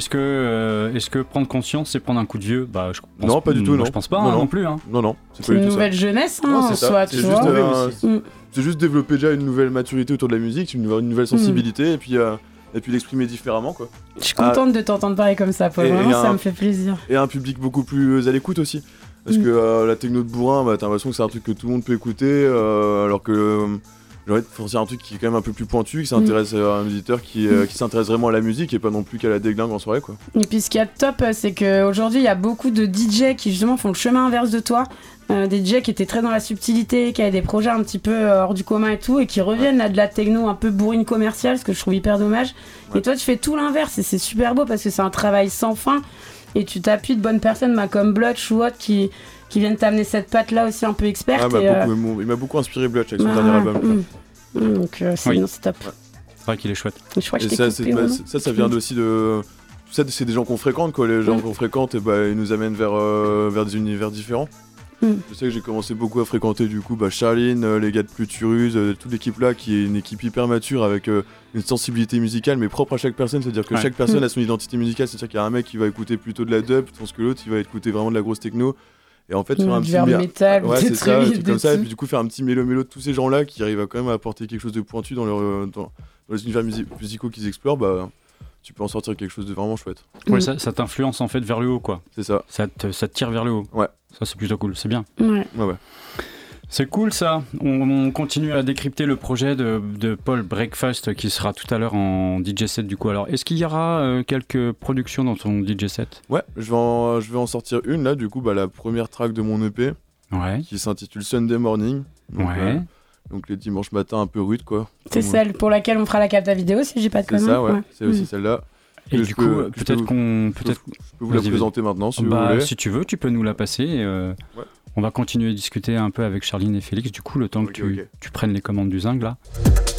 que prendre conscience, c'est prendre un coup de vieux? Non, pas du tout, non. Je pense pas non plus. Hein. Non, c'est une nouvelle jeunesse, en soi, tu vois. C'est juste développer déjà une nouvelle maturité autour de la musique, une nouvelle sensibilité, et puis et puis l'exprimer différemment quoi. Je suis contente de t'entendre parler comme ça, Paul. Et Vraiment, ça un- me fait plaisir. Et un public beaucoup plus à l'écoute aussi. Parce que la techno de bourrin, bah, t'as l'impression que c'est un truc que tout le monde peut écouter, alors que j'ai envie de forcer un truc qui est quand même un peu plus pointu, qui s'intéresse à un auditeur qui s'intéresse vraiment à la musique et pas non plus qu'à la déglingue en soirée quoi. Et puis ce qui est top, c'est qu'aujourd'hui, il y a beaucoup de DJ qui justement font le chemin inverse de toi. Des DJ qui étaient très dans la subtilité, qui avaient des projets un petit peu hors du commun et tout, et qui reviennent à de la techno un peu bourrine commerciale, ce que je trouve hyper dommage. Ouais. Et toi, tu fais tout l'inverse, et c'est super beau parce que c'est un travail sans fin, et tu t'appuies de bonnes personnes comme Blotch ou autres qui viennent t'amener cette patte-là aussi un peu experte. Ah, bah, et, il m'a beaucoup inspiré Blotch avec son bah, dernier album. Donc c'est Oui. non, c'est top. Ouais. C'est vrai qu'il est chouette. Je crois que Et je t'ai ça, coupé, c'est- bah, non ça vient aussi de. Tout ça, c'est des gens qu'on fréquente, quoi. Les gens qu'on fréquente, et bah, ils nous amènent vers des univers différents. Je sais que j'ai commencé beaucoup à fréquenter du coup Charline, les gars de Pluturus, toute l'équipe là qui est une équipe hyper mature avec une sensibilité musicale mais propre à chaque personne, c'est-à-dire que Ouais. chaque personne a son identité musicale, c'est-à-dire qu'il y a un mec qui va écouter plutôt de la dub, tandis que l'autre il va écouter vraiment de la grosse techno. Et en fait faire un Du petit vers métal, ouais, des c'est ça, trucs des trucs comme ça, et dessus. puis du coup faire un petit mélo-mélo de tous ces gens-là qui arrivent à quand même apporter quelque chose de pointu dans dans les univers musicaux qu'ils explorent, bah tu peux en sortir quelque chose de vraiment chouette. Ouais, ça t'influence en fait vers le haut, quoi. C'est ça. Ça te tire vers le haut. Ouais. Ça, c'est plutôt cool, c'est bien. Ouais. Ouais. C'est cool ça. On continue à décrypter le projet de Paul Breakfast qui sera tout à l'heure en DJ set du coup. Alors, est-ce qu'il y aura quelques productions dans ton DJ set ? Ouais, je vais en sortir une là, du coup, bah, la première track de mon EP Ouais. qui s'intitule Sunday Morning. Donc, Ouais. donc les dimanches matins un peu rudes quoi. C'est Comme- celle pour laquelle on fera la capta vidéo, si j'ai pas de C'est conneries. ça, ouais. C'est aussi celle-là. Et Que du je coup, peux- je peut-être peux- qu'on... Je Peut-être... peux vous la Vas-y, présenter maintenant si Bah, vous voulez. si tu veux, tu peux nous la passer. Ouais. On va continuer à discuter un peu avec Charline et Félix. Du coup, le temps Ok, que tu, ok. tu prennes les commandes du zinc là.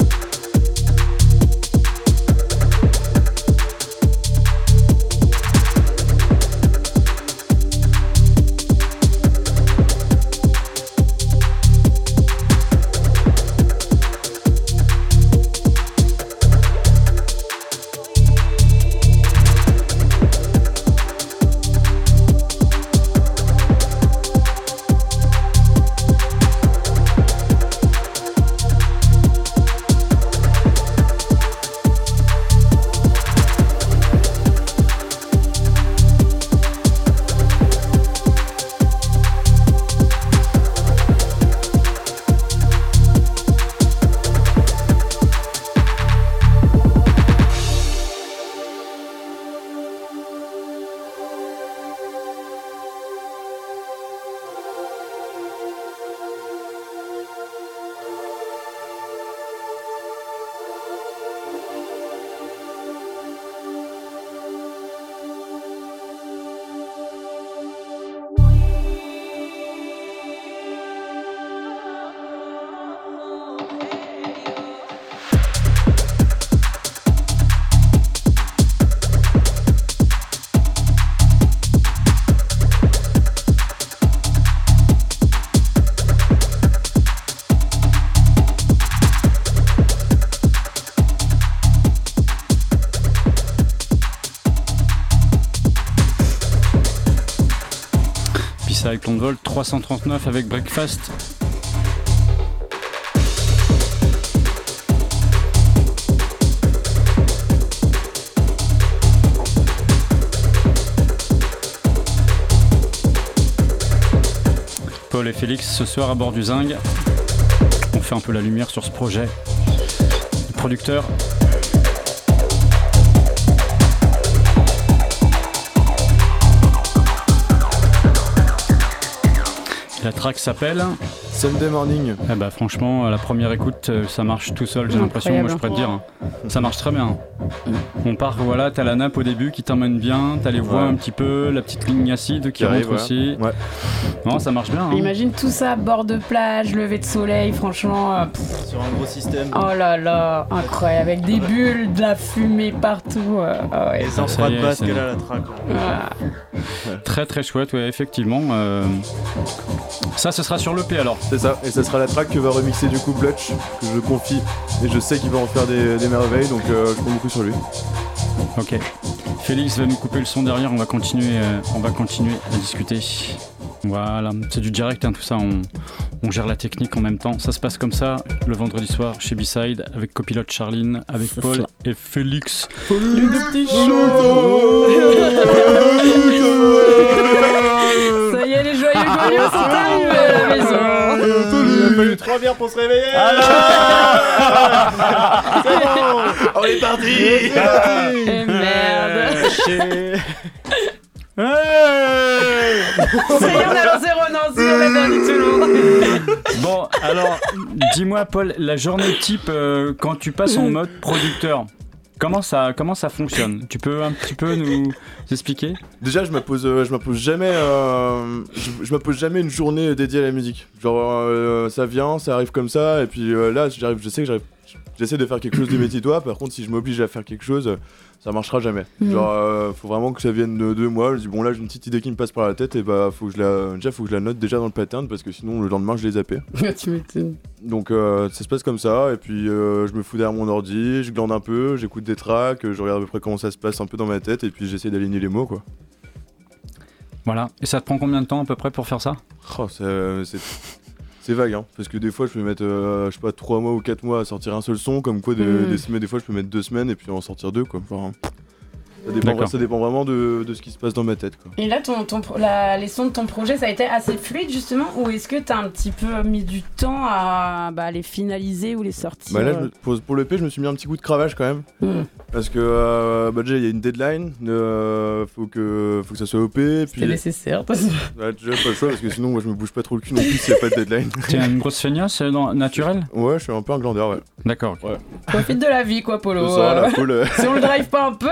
Ça avec Plan de Vol 339 avec Breakfast. Paul et Félix ce soir à bord du Zing. On fait un peu la lumière sur ce projet. Le producteur. La track s'appelle Sunday Morning. Eh bah franchement, à la première écoute, ça marche tout seul, j'ai l'impression, moi je pourrais te dire. Hein. Ça marche très bien. On part, voilà, t'as la nappe au début qui t'emmène bien, t'as les voix Ouais. un petit peu, la petite ligne acide qui arrive, rentre aussi. Ouais. Non, ça marche bien. Hein. Imagine tout ça, bord de plage, lever de soleil, franchement. Sur un gros système. Oh là là, incroyable, avec des bulles, de la fumée partout. Ah ouais. Et ça en ça fera y de est, basse c'est qu'elle bon. a la track. Ah. Très très chouette, ouais, effectivement. Ça, ce sera sur l'EP alors. C'est ça, et ça sera la track que va remixer du coup Blutch, que je confie, et je sais qu'il va en faire des merveilles, donc je compte beaucoup sur lui. Ok. Félix va nous couper le son derrière, on va continuer à discuter. Voilà, c'est du direct, hein, tout ça. On gère la technique en même temps. Ça se passe comme ça le vendredi soir chez B-Side avec copilote Charline, avec C'est Paul ça. et Félix. Ça y est, les joyeux gognos sont arrivés à la maison. Il a fallu 3 bières pour se réveiller. C'est bon. On est parti. Et merde. Ouais. Ça y est, on a lancé Ronan, si on l'a perdu tout le monde. Bon, alors, dis-moi, Paul, la journée type quand tu passes en mode producteur, comment ça fonctionne? Tu peux un petit peu nous expliquer? Déjà, je m'impose jamais une journée dédiée à la musique. Genre, ça vient, ça arrive comme ça, et puis là, j'essaie de faire quelque chose de mes petits doigts. Par contre, si je m'oblige à faire quelque chose, ça marchera jamais. Genre, faut vraiment que ça vienne de moi. Je dis bon, là, j'ai une petite idée qui me passe par la tête, et bah, faut que je la note déjà dans le pattern, parce que sinon, le lendemain, je l'ai zappé. Tu m'étonnes. Donc, ça se passe comme ça, et puis je me fous derrière mon ordi, je glande un peu, j'écoute des tracks, je regarde à peu près comment ça se passe un peu dans ma tête, et puis j'essaie d'aligner les mots, quoi. Voilà. Et ça te prend combien de temps à peu près pour faire ça? Oh, c'est vague, hein, parce que des fois je peux mettre, je sais pas, 3 mois ou 4 mois à sortir un seul son, comme quoi des semaines, des fois je peux mettre 2 semaines et puis en sortir 2, quoi. Enfin, ça dépend vraiment de ce qui se passe dans ma tête, quoi. Et là, les sons de ton projet, ça a été assez fluide justement, ou est-ce que t'as un petit peu mis du temps à les finaliser ou les sortir? Bah là, pour l'EP, je me suis mis un petit coup de cravache quand même, parce que déjà il y a une deadline, faut que ça soit OP, puis C'est nécessaire. ouais, déjà pas le choix, parce que sinon moi je me bouge pas trop le cul non plus s'il y a pas de deadline. T'es une grosse feignasse naturelle? Ouais, je suis un peu un glandeur, ouais. D'accord. Ok. Ouais. Profite de la vie, quoi, Polo. C'est ça, la foule. Si on le drive pas un peu.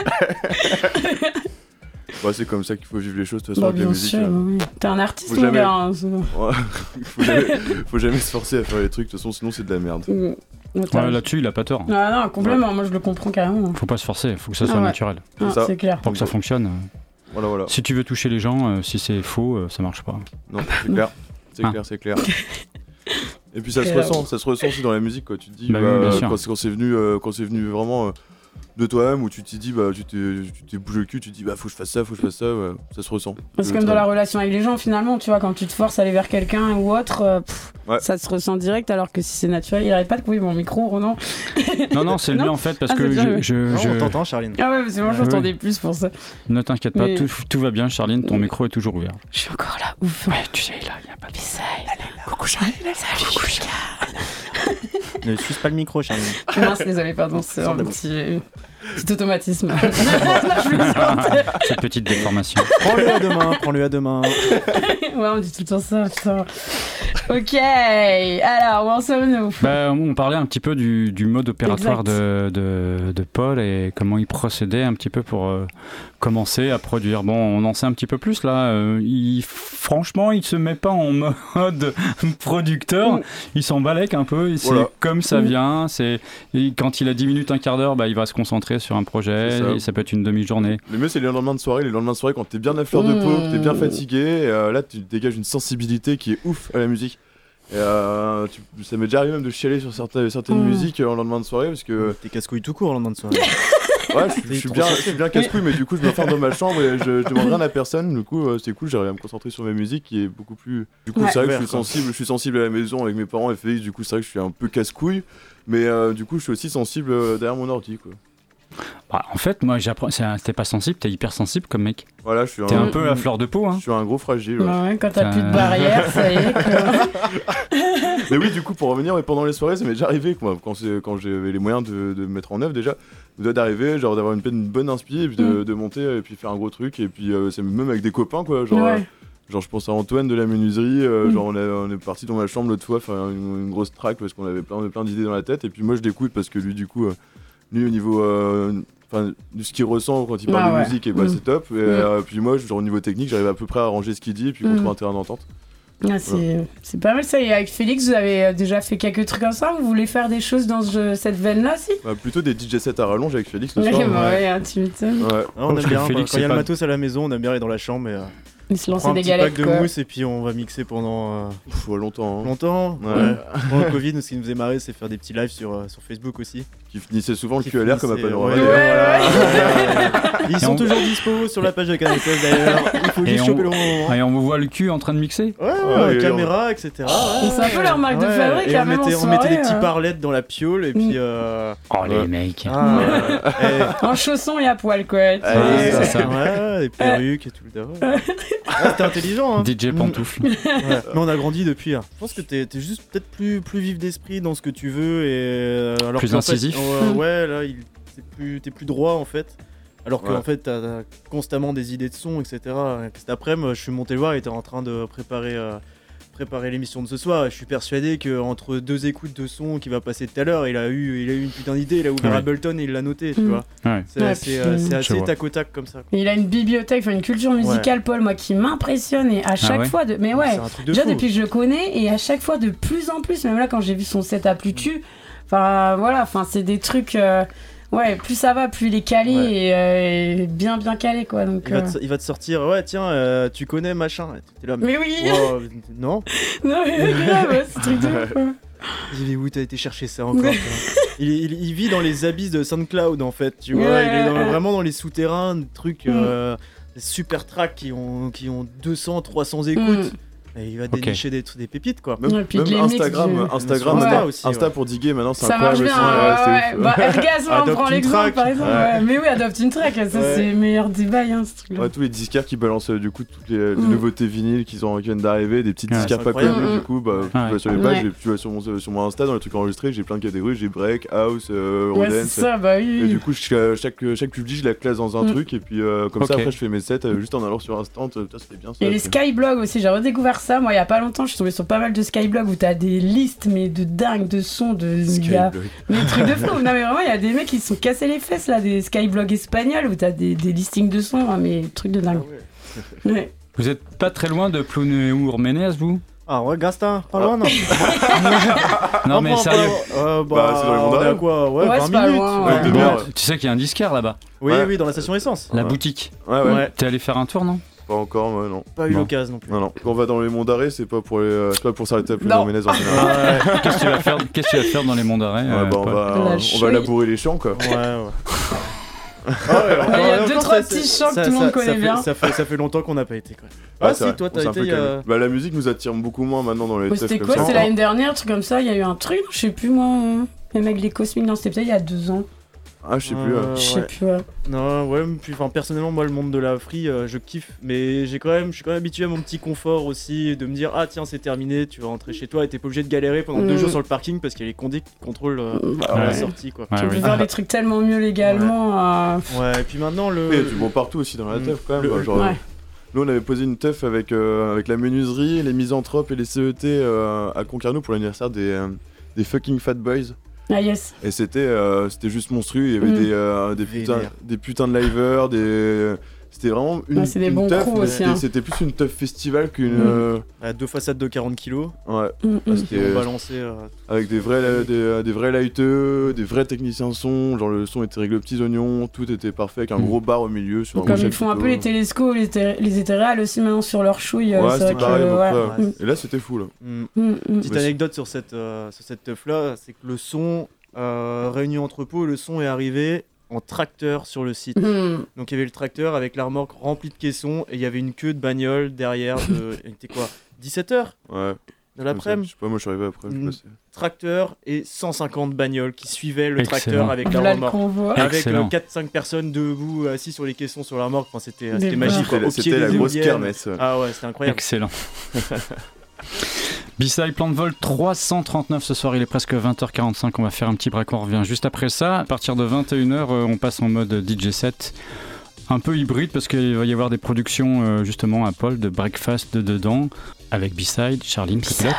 Ouais, c'est comme ça qu'il faut vivre les choses de toute façon Bah, avec la bien musique. sûr, oui. T'es un artiste, Faut mon jamais- gars. Hein, Ouais, faut jamais se forcer à faire les trucs, de toute façon sinon c'est de la merde. Ouais, là-dessus, il a pas tort. Ah non, complètement, moi je le comprends carrément. Faut pas se forcer, faut que ça soit Ah ouais. naturel. Ah, ça. c'est clair. Pour que ça fonctionne. Voilà. Si tu veux toucher les gens, si c'est faux, ça marche pas. Non, c'est clair. Ah. C'est clair. Et puis ça se Clair. ressent aussi dans la musique, quoi. Tu te dis, Bah oui, bien sûr. quand c'est venu vraiment de toi-même, où tu t'es dit, tu t'es bougé le cul, tu te dis, faut que je fasse ça, ouais, ça se ressent. C'est comme dans la relation avec les gens finalement, tu vois, quand tu te forces à aller vers quelqu'un ou autre, Ouais. ça se ressent direct, alors que si c'est naturel, il arrête pas de couper mon micro, Ronan. Non, c'est le Non. mieux en fait, parce Ah, que c'est bien, je Non, on t'entend, Charline. Ah ouais, parce que moi Oui. j'entendais plus pour ça. ne t'inquiète pas, Mais- tout va bien, Charline, ton micro est toujours ouvert. Je suis encore là, ouf. Ouais, tu sais, là, y a pas de... Coucou Charlie, salut. Ne suce pas le micro, Charline. Mince, désolé, pardon, c'est un petit automatisme. Non, je plaisante. Cette petite déformation. Prends-le à demain. Ouais, on dit tout le temps ça, putain. Ok, alors, où en sommes-nous? Bah, on parlait un petit peu du mode opératoire Exact. de Paul et comment il procédait un petit peu pour commencer à produire. Bon, on en sait un petit peu plus là. Franchement, il se met pas en mode producteur. Il s'en balèque un peu. C'est Voilà. comme ça vient. Quand il a 10 minutes, un quart d'heure, bah, il va se concentrer sur un C'est projet. ça. Et ça peut être une demi-journée. Le mieux c'est les lendemains de soirée. Les lendemains de soirée, quand t'es bien à fleur de peau, que t'es bien fatigué, là tu dégages une sensibilité qui est ouf à la musique. Et, ça m'est déjà arrivé même de chialer sur certaines musiques en lendemain de soirée, parce que T'es casse-couille tout court le lendemain de soirée. ouais, je suis bien casse-couille, mais du coup je m'enferme dans ma chambre et je demande rien à personne. Du coup c'est cool, j'arrive à me concentrer sur ma musique qui est beaucoup plus. Du coup Ouais. c'est vrai que Ouvert, quoi. je suis sensible à la maison avec mes parents et Félix. Du coup c'est vrai que je suis un peu casse-couille, mais du coup je suis aussi sensible derrière mon ordi, quoi. Bah, en fait, moi, t'es pas sensible, t'es hyper sensible comme mec. Voilà, je suis T'es un peu à fleur de peau. Hein. Je suis un gros fragile. Ouais. Bah ouais, quand t'as plus de barrière, ça y est. Mais oui, du coup, pour revenir, pendant les soirées, ça m'est déjà arrivé quand j'avais les moyens de me mettre en œuvre déjà, d'arriver, genre d'avoir une bonne inspi et puis de monter et puis faire un gros truc et puis c'est même avec des copains, quoi, genre. Ouais. Genre je pense à Antoine de la menuiserie, genre on est parti dans ma chambre l'autre fois faire une grosse track parce qu'on avait plein d'idées dans la tête et puis moi je l'écoute parce que lui du coup lui au niveau de ce qu'il ressent quand il parle de ouais. musique et c'est top et puis moi genre au niveau technique j'arrive à peu près à arranger ce qu'il dit et puis qu'on trouve un terrain d'entente. Ah, c'est pas mal ça. Et avec Félix, vous avez déjà fait quelques trucs ensemble. Vous voulez faire des choses dans cette veine-là, si? Plutôt des DJ sets à rallonge avec Félix le Ouais, soir. bah ouais, tu m'étonnes. Ouais. Ah, on Parce aime que bien, Félix, quand il y a c'est le pas- matos à la maison, on aime bien aller dans la chambre et Ils se prendre lançaient un des petit galettes, pack de quoi. mousse et puis on va mixer pendant Longtemps. Hein. longtemps. Ouais. Pendant le Covid, nous, ce qui nous faisait marrer, c'est faire des petits lives sur Facebook aussi. qui finissaient souvent le Qui cul à l'air comme à finissait- Panorama. ouais, d'ailleurs. voilà. Ils sont toujours dispo sur la page de Canal d'ailleurs. Il faut Et juste on- choper le bon moment. Et on vous voit le cul en train de mixer. Ouais, et caméra, etc. Ouais, C'est un peu leur marque de fabrique, Et hein, on même en mettait des soirée, petits parlettes dans la piole et puis. Oh les mecs. En chaussons et à poil, quoi. Ouais, c'est ça. Ouais, des perruques et tout le dehors. C'était intelligent, hein. DJ Pantoufle. Ouais. Mais on a grandi depuis. Hein. Je pense que t'es juste peut-être plus vif d'esprit dans ce que tu veux et alors Plus qu'en fait, incisif. ouais, là, t'es plus droit en fait. Alors qu'en Ouais. fait, t'as constamment des idées de son, etc. Cet après-midi, je suis monté le voir, il était en train de préparer l'émission de ce soir. Et je suis persuadé qu'entre deux écoutes de son qui va passer tout à l'heure, il a eu une putain d'idée, il a ouvert Ouais. Ableton et il l'a noté, tu Mm. vois. Ouais. C'est Ouais, assez, puis- c'est Je assez vois. tac au tac comme ça. quoi. Il a une bibliothèque, enfin une culture musicale, Paul, moi, qui m'impressionne. Et à chaque ouais fois, mais ouais, C'est un truc de déjà fou. depuis que je le connais, et à chaque fois de plus en plus, même là, quand j'ai vu son set à Plutu, enfin, voilà, enfin, c'est des trucs. Ouais, plus ça va, plus il est calé Ouais. et bien calé, quoi. Donc, Il va te sortir, ouais, tiens, tu connais machin. T'es là, Mais oui wow, non. Non, mais c'est grave, c'est truc de ouf, quoi. J'ai dit, où t'as été chercher ça encore toi il vit dans les abysses de SoundCloud en fait, tu vois. Ouais, Il est ouais. vraiment dans les souterrains, des trucs, des super tracks qui ont 200, 300 écoutes. Et il va dénicher des pépites quoi. Même, Ouais, puis même de les mix, Instagram, je- Instagram, Ouais. Insta, aussi, Insta ouais. pour diguer maintenant, c'est Ça marche incroyable. bien, aussi, ouais. c'est fou. Bah, Ergasme, on Adopte prend une l'exemple, track. par exemple. Ouais. Ouais. Mais oui, adopte une track, ça, Ouais. c'est le meilleur du bail, hein, ce truc-là. Ouais, tous les disquaires qui balancent du coup toutes les nouveautés vinyles qui viennent d'arriver, des petites Ouais, disquaires c'est pas incroyable. connus, du coup, bah, tu Ouais. vas sur les pages, Ouais. tu vas sur mon Insta, dans les trucs enregistrés, j'ai plein de catégories, j'ai break, house, Ouais, dance. c'est ça, bah oui. Et du coup, chaque publi, je la classe dans un truc, et puis comme ça, Ok. après, je fais mes sets juste en allant sur Instant. Putain, c'était bien ça. Et les c'est- skyblogs aussi, j'ai redécouvert ça, moi, il y a pas longtemps, je suis tombée sur pas mal de skyblogs où t'as des listes, mais de dingue, de sons, il y a Skyblog. des trucs de fou. Non, mais vraiment, il y a des mecs qui se sont cassés les fesses, là, des skyblogs espagnols où t'as des listings de sons, hein, mais trucs de dingue. Ouais. Vous êtes pas très loin de Plounéour Ménès, vous? Ah ouais, Gaston, pas loin non. Non mais sérieux. Bah, c'est dans les mondes on est à d'arrêt. quoi Ouais, Ouais, 20 c'est pas minutes. loin, Ouais, ouais. une Bon, demi-heure. tu sais qu'il y a un disquaire là-bas, Oui, Ouais. oui, dans la station essence. la Ouais. boutique. Ouais, Ouais. T'es allé faire un tour, non? Pas encore, moi, non. Pas eu Bon. l'occasion non plus. Non. Quand on va dans les monts d'arrêt, c'est pas pour s'arrêter à plus Non. Ménez en général. Qu'est-ce que tu vas faire Qu'est-ce que tu vas faire dans les monts d'arrêt Ouais, bah, Paul La on va chouille. labourer les champs, quoi. Ouais. Il y a deux, trois petits chants que tout le monde connaît bien. Ça fait longtemps qu'on n'a pas été quoi. Ouais, Ah c'est si, vrai, toi on s'est t'as un peu été. calmé. Bah, la musique nous attire beaucoup moins maintenant dans les Oh, teufs c'était comme quoi? ça. C'était l'année dernière, un truc comme ça, il y a eu un truc, je sais plus moi. Les mecs, les cosmiques, non, c'était peut-être il y a 2 ans. Ah, je sais plus. Je sais Ouais. plus, ouais. Non, ouais, puis enfin personnellement moi le monde de la free je kiffe mais je suis quand même habitué à mon petit confort aussi de me dire ah tiens c'est terminé, tu vas rentrer chez toi et t'es pas obligé de galérer pendant 2 jours sur le parking parce qu'il y a les condés qui contrôlent Bah, la ouais. sortie quoi. Ouais, Tu peux oui. faire des trucs tellement mieux légalement. Ouais, et puis maintenant le Il y a du bon partout aussi dans la teuf quand même. Genre, Ouais. nous on avait posé une teuf avec la menuiserie, les misanthropes et les CET à Concarneau pour l'anniversaire des fucking Fat Boys. Ah yes. Et c'était juste monstrueux. Il y avait des putains de liveurs, c'était vraiment une, Ouais, c'est des une bons teuf, crews mais aussi, c'était, hein. c'était plus une teuf festival qu'une. à 2 façades de 40 kilos Ouais, qui ont balancé avec des vrais lighteux, des vrais techniciens son. Genre le son était réglé aux petits oignons, tout était parfait avec un gros bar au milieu. Sur un Comme gros ils font un chapiteau. peu les télescopes, les éthéréales aussi maintenant sur leur chouille. Ouais, c'est c'était vrai pareil. que, à peu ouais. près. Et là c'était fou là. Petite Mais anecdote sur cette teuf là, c'est que le son réuni entrepôt, le son est arrivé en tracteur sur le site. Donc il y avait le tracteur avec la remorque remplie de caissons et il y avait une queue de bagnole derrière il était quoi 17h Ouais. de l'après-midi. Je sais pas, moi je suis arrivé après. je sais pas si- Tracteur et 150 bagnoles qui suivaient le Excellent. tracteur avec la Là, le remorque. convoi. Avec Excellent. 4-5 personnes debout assis sur les caissons sur la remorque, enfin, c'était Des magique. quoi. Au pied C'était la des grosse éoliennes. kermesse. Ah ouais, c'était incroyable. Excellent. B-Side Plan de Vol 339 ce soir, il est presque 20h45, on va faire un petit break, on revient juste après ça. À partir de 21h, on passe en mode DJ set, un peu hybride parce qu'il va y avoir des productions justement à Paul de Breakfast dedans, avec B-Side, Charline, pilote.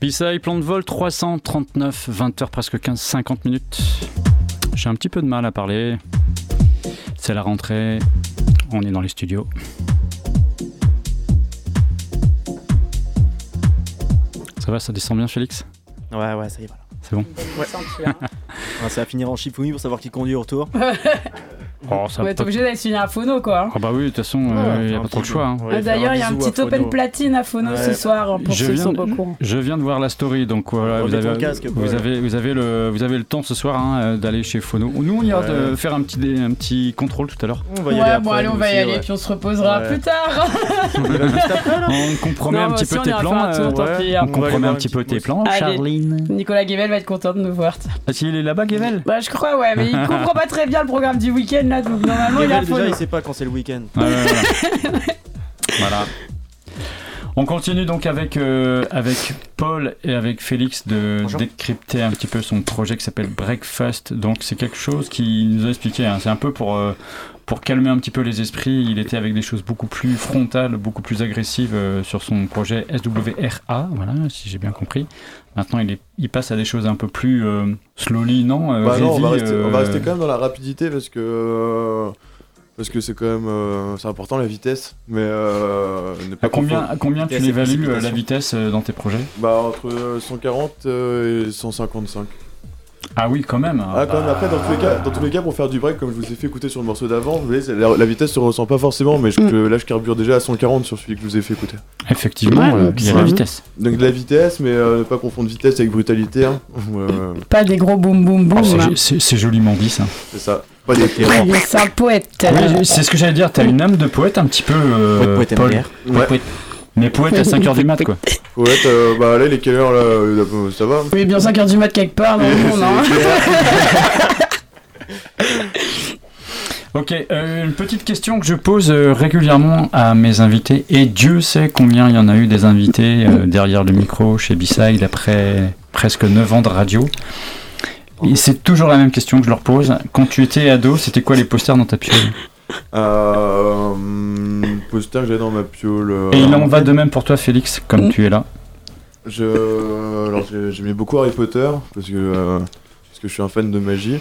Pissa et plan de vol 339, 20h, presque 15-50 minutes. J'ai un petit peu de mal à parler. C'est la rentrée. On est dans les studios. Ça va, ça descend bien, Félix ? Ouais, ça y est, voilà. C'est bon. Ça va finir en Shifumi pour savoir qui conduit au retour. Oh, ça On va être obligé d'aller signer à Phono, quoi. Ah bah oui, de toute façon, il n'y a pas trop le choix. Hein. Ouais, D'ailleurs, il y a un bisou petit à open Phono. platine à Phono ce soir, pour ceux qui sont pas au courant. Je viens de voir la story, donc voilà, Remets ton casque, vous avez le temps ce soir hein, d'aller chez Phono. Nous, on ira faire un petit contrôle tout à l'heure. On va y aller après, allez, on nous va y aussi, aller, ouais. puis on se reposera Ouais. plus tard. On compromet Non, un petit si, peu on tes ira plans. faire un tour, tant pis, hein. On compromet un petit peu tes plans, Allez. Charline. Nicolas Guével va être content de nous voir. Ah, si, il est là-bas, Guével ? Bah, je crois, ouais, mais il comprend pas très bien le programme du week-end là, donc normalement il a Gabriel, déjà, Phono. il sait pas quand c'est le week-end. Voilà. On continue donc avec Paul et avec Félix de Bonjour. décrypter un petit peu son projet qui s'appelle Breakfast. Donc c'est quelque chose qu'il nous a expliqué. Hein. C'est un peu pour calmer un petit peu les esprits. Il était avec des choses beaucoup plus frontales, beaucoup plus agressives sur son projet SWRA. Voilà, si j'ai bien compris. Maintenant, il passe à des choses un peu plus slowly, non Non, on va heavy, rester quand même dans la rapidité parce que c'est quand même c'est important la vitesse, mais ne pas À combien tu Vitesse et l'évalues précipitation. la vitesse dans tes projets ? Bah entre 140 et 155. Ah oui, quand même. Ah quand même. Après dans tous les cas pour faire du break comme je vous ai fait écouter sur le morceau d'avant, vous voyez, la vitesse se ressent pas forcément, mais là je carbure déjà à 140 sur celui que je vous ai fait écouter. Effectivement, Ouais, il y a la vitesse. Donc de la vitesse, mais ne pas confondre vitesse avec brutalité. Hein. Pas des gros boum boum boum. Oh, hein. c'est joliment dit ça. C'est ça. Pas des Il est un poète. Oui, c'est ce que j'allais dire, t'as une âme de poète un petit peu, Poète Paul. MDR. Ouais. Mais poète à 5h du mat, quoi. Poète, bah là il est quelle heure là ça va. Oui, bien 5h du mat quelque part, non, non. Ok, une petite question que je pose régulièrement à mes invités, et Dieu sait combien il y en a eu des invités derrière le micro chez B-Side après presque 9 ans de radio. Et c'est toujours la même question que je leur pose. Quand tu étais ado, c'était quoi les posters dans ta piole ? Poster que j'avais dans ma piole. Et il en va de même pour toi, Félix, comme tu es là. Alors j'aimais beaucoup Harry Potter parce que je suis un fan de magie.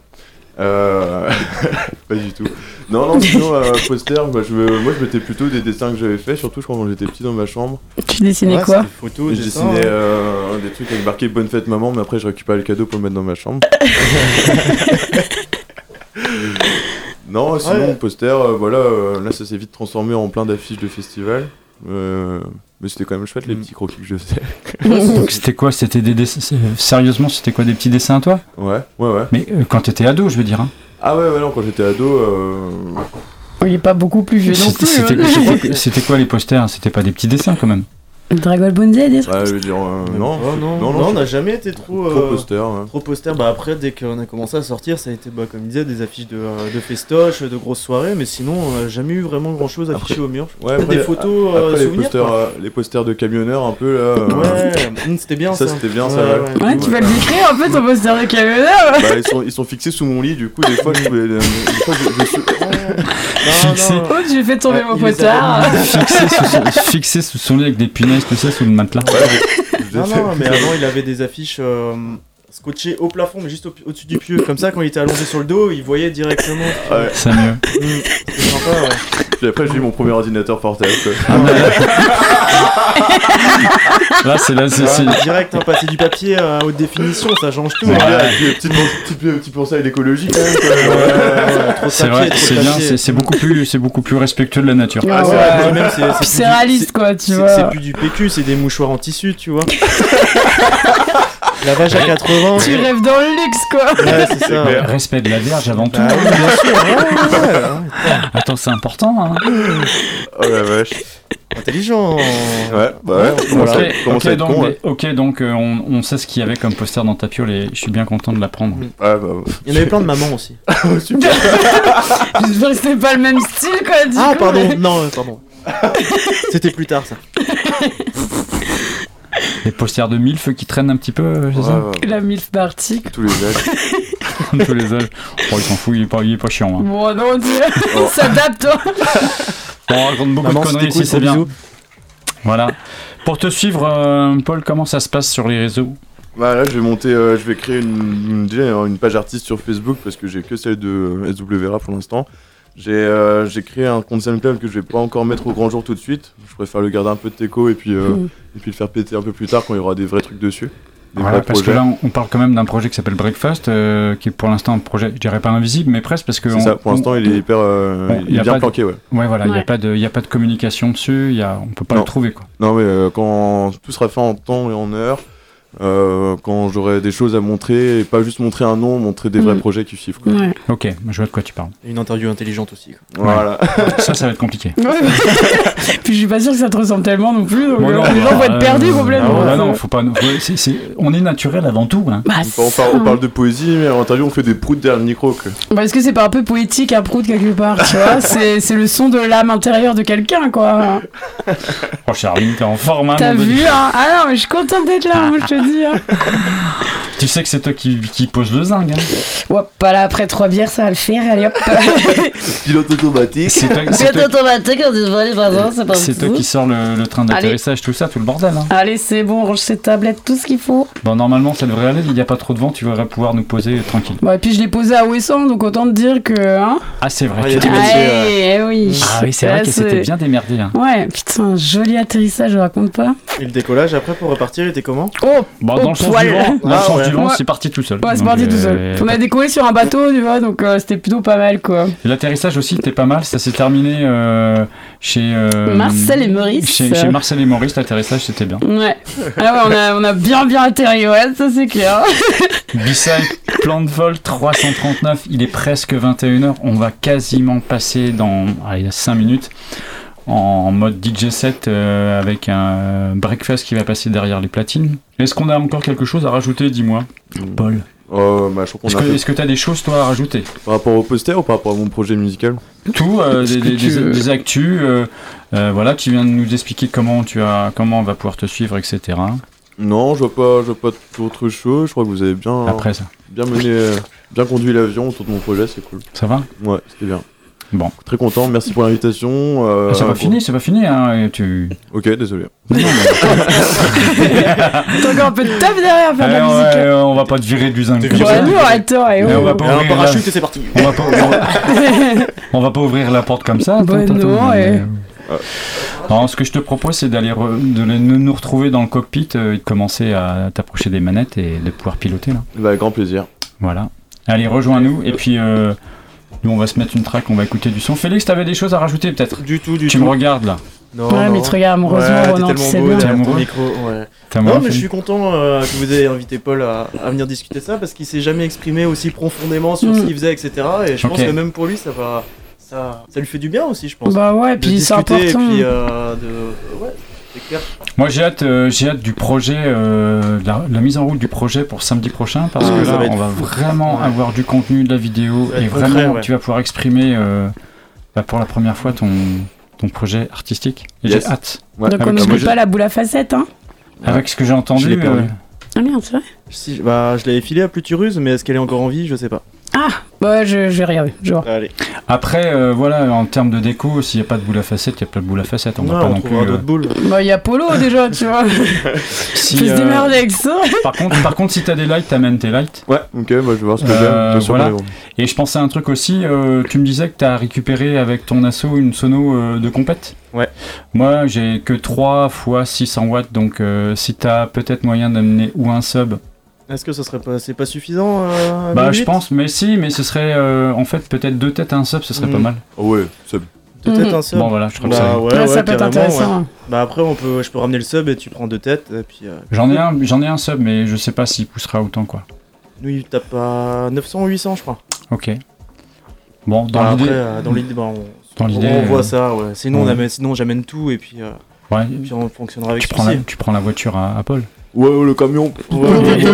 Pas du tout. Non, sinon poster, bah, moi je mettais plutôt des dessins que j'avais fait, surtout je crois quand j'étais petit dans ma chambre. Tu dessinais quoi? Des photos, Et je dessinais des trucs avec marqué bonne fête maman, mais après je récupérais le cadeau pour le mettre dans ma chambre. Non, sinon poster, voilà, là ça s'est vite transformé en plein d'affiches de festival. Mais c'était quand même chouette les petits croquis que je faisais. Donc c'était quoi? C'était des dessins. Sérieusement, c'était quoi, des petits dessins à toi? Ouais. Mais quand t'étais ado, je veux dire. Hein. Ah ouais, non, quand j'étais ado. Il est pas beaucoup plus vieux non plus. C'était quoi les posters? C'était pas des petits dessins quand même? Dragon Ball Z, des trucs. Ouais, je veux dire, non. Non, on n'a jamais été trop poster. Ouais. trop poster. Bah après, dès qu'on a commencé à sortir, ça a été, comme il disait, des affiches de festoches, de grosses soirées, mais sinon, on n'a jamais eu vraiment grand chose affiché au mur. Ouais, Peut-être des photos après souvenirs. les posters de camionneurs un peu là. Ouais, c'était bien ça. C'était bien ça. Ouais, tu vas le décrire un peu ton poster de camionneur. Bah, ils sont fixés sous mon lit, du coup, des fois, je suis. Oh, tu fais tomber mon potard. Fixé sous son lit avec des punaises, tu sais, sous le matelas. Non, mais avant, il avait des affiches scotchées au plafond, mais juste au-dessus du pieu. Comme ça, quand il était allongé sur le dos, il voyait directement. Ouais. C'est mieux. C'était sympa, ouais. Puis après, j'ai eu mon premier ordinateur portable. Là, c'est Direct, passer du papier à haute définition, ça change tout. Ouais, et puis, petit pensée à l'écologie quand même. Trop de c'est papier, vrai, trop de c'est bien, papier. c'est beaucoup plus respectueux de la nature. Ah Ouais, ouais. c'est même, Puis c'est réaliste quoi, tu c'est vois. plus du PQ, c'est des mouchoirs en tissu, tu vois. La vache à 80. Tu rêves dans le luxe quoi. Ouais, c'est ça. clair. Respect de la Vierge avant tout. Bah oui, bien sûr. Ouais. Attends, c'est important. Hein. Oh la vache. Intelligent. Ouais, bah ouais. Voilà. Ok, donc on sait ce qu'il y avait comme poster dans ta piole et je suis bien content de l'apprendre. Ouais, bah. Il y en avait plein de mamans aussi. Super. J'espère que c'était pas le même style quoi. Du Ah, coup, pardon. mais- Non, pardon. C'était plus tard, ça. Les posters de MILF qui traînent un petit peu, c'est ça? La MILF Bartic. Tous les âges. Tous les âges. Oh, il s'en fout, il est pas chiant. Hein. Bon, non, Dieu. S'adapte toi. On raconte beaucoup Maman, de conneries c'était cool, ici, c'est gros bien. bisous. Voilà. Pour te suivre, Paul, comment ça se passe sur les réseaux ? Bah là, je vais créer déjà une page artiste sur Facebook parce que j'ai que celle de SWRA pour l'instant. J'ai créé un compte SoundCloud que je vais pas encore mettre au grand jour tout de suite. Je préfère le garder un peu de teco et puis le faire péter un peu plus tard quand il y aura des vrais trucs dessus. Voilà, parce que là, on parle quand même d'un projet qui s'appelle Breakfast, qui est pour l'instant un projet, je dirais pas invisible, mais presque parce que. C'est ça, pour l'instant, il est hyper. Il est bien planqué, ouais. Ouais, voilà, il n'y a pas de communication dessus, on peut pas le trouver, quoi. Non, mais quand tout sera fait en temps et en heure. Quand j'aurai des choses à montrer et pas juste montrer un nom, montrer des vrais projets qui suivent. Ouais. Ok, je vois de quoi tu parles. Et une interview intelligente aussi. Quoi. Voilà. Ça va être compliqué. Ouais. Puis je suis pas sûr que ça te ressemble tellement non plus, donc Bon, non, les gens vont être perdus complètement. Non, faut pas. On est naturel avant tout. Hein. Bah, on parle de poésie, mais en interview on fait des proutes derrière le micro. Quoi. Bah, est-ce que c'est pas un peu poétique un prout quelque part, tu vois c'est le son de l'âme intérieure de quelqu'un, quoi. Oh Charline, t'es en forme, hein. T'as vu, hein. Ah non, mais je suis contente d'être là, moi je te dis. Hein. Tu sais que c'est toi qui pose le zinc. Hein. Hop, là, après 3 bières, ça va le faire, allez hop. Pilote automatique. Pilote automatique, on dit voilà, c'est pas c'est toi qui sors le train d'atterrissage, tout ça, tout le bordel. Hein. Allez, c'est bon, range ces tablettes, tout ce qu'il faut. Bon, normalement, ça devrait aller, il n'y a pas trop de vent, tu devrais pouvoir nous poser tranquille. Bon, et puis je l'ai posé à Ouessant, donc autant te dire que. Hein Ah, c'est vrai. Il y a des métiers. Oui. Ah oui, c'est vrai qu'elle s'était bien démerdée. Hein. Ouais, putain, joli atterrissage, je raconte pas. Et le décollage après pour repartir, il était comment ? Oh, bon, dans le sens du vent, c'est parti tout seul. Ouais, c'est parti tout seul. On a décollé sur un bateau, tu vois, donc c'était plutôt pas mal, quoi. Et l'atterrissage aussi, c'était pas mal. Ça s'est terminé chez Marcel et Maurice. Chez Marcel et Maurice, l'atterrissage, c'était bien. Ouais. Ah ouais, on a bien atterri, ouais, ça c'est clair. B-side, plan de vol 339, il est presque 21h. On va quasiment passer dans 5 minutes en mode DJ set avec un breakfast qui va passer derrière les platines. Est-ce qu'on a encore quelque chose à rajouter, dis-moi, Paul? Je crois qu'on Est-ce que tu as des choses, toi, à rajouter? Par rapport au poster ou par rapport à mon projet musical? Tout, des actus, voilà, tu viens de nous expliquer comment on va pouvoir te suivre, etc. Non, je vois pas d'autre chose. Je crois que vous avez bien conduit l'avion autour de mon projet, c'est cool. Ça va? Ouais, c'était bien. Bon. Très content, merci pour l'invitation. C'est pas fini, hein. Ok, désolé. T'as encore un peu de taf derrière à faire de la musique. On va pas te virer du zinc. Attends, on va pas un parachute et c'est parti. On va pas ouvrir la porte comme ça. Alors, ce que je te propose, c'est d'aller nous retrouver dans le cockpit et de commencer à t'approcher des manettes et de pouvoir piloter là. Bah, avec grand plaisir. Voilà. Allez, rejoins-nous et puis nous on va se mettre une track, on va écouter du son. Félix, t'avais des choses à rajouter peut-être? Du tout. Tu me regardes là? Non, ouais, mais tu regardes amoureusement, Ronan, tu sais bien. T'es amoureux? Micro, ouais. Non, mais je suis content que vous ayez invité Paul à venir discuter ça parce qu'il s'est jamais exprimé aussi profondément sur ce qu'il faisait, etc. Et je pense que même pour lui, ça lui fait du bien aussi, je pense. Bah ouais, puis c'est important. Et puis c'est clair. Moi j'ai hâte du projet, la mise en route du projet pour samedi prochain parce que là on va vraiment avoir du contenu, de la vidéo et vraiment tu vas pouvoir exprimer pour la première fois ton projet artistique. Et j'ai hâte. Ouais. Donc on n'oublie pas la boule à facettes, hein. Avec ce que j'ai entendu. Ah merde, c'est vrai. Je l'avais filé à Pluturuse, mais est-ce qu'elle est encore en vie? Je sais pas. Ah, bah je vais regarder, je vois. Allez. Après, voilà, en termes de déco, s'il n'y a pas de boule à facettes, il n'y a pas de boule à facettes. On va pas non plus. D'autres boules. Bah, il y a Polo déjà, tu vois. Si, tu se démerder avec ça. Par contre, si t'as des lights, t'amènes tes lights. Ouais, ok, bah, je vais voir ce que j'ai. Voilà. Et je pensais à un truc aussi, tu me disais que t'as récupéré avec ton asso une sono de compète. Ouais. Moi, j'ai que 3 x 600 watts, donc si t'as peut-être moyen d'amener ou un sub. Est-ce que c'est pas suffisant Bah je pense, mais ce serait en fait peut-être 2 têtes un sub, ce serait pas mal. Oh ouais, sub. 2 têtes un sub. Bon voilà, je crois que ça. Ouais, ça peut être intéressant. Ouais. Bah après je peux ramener le sub et tu prends 2 têtes et puis. J'en ai un sub, mais je sais pas s'il poussera autant quoi. Nous il tape à 900 ou 800 je crois. Ok. Bon dans l'idée. Dans l'idée, on voit ça. Ouais. Sinon j'amène tout et puis. Ouais. Et puis on fonctionnera avec. Tu prends la voiture à Paul. Ouais, le camion. Non,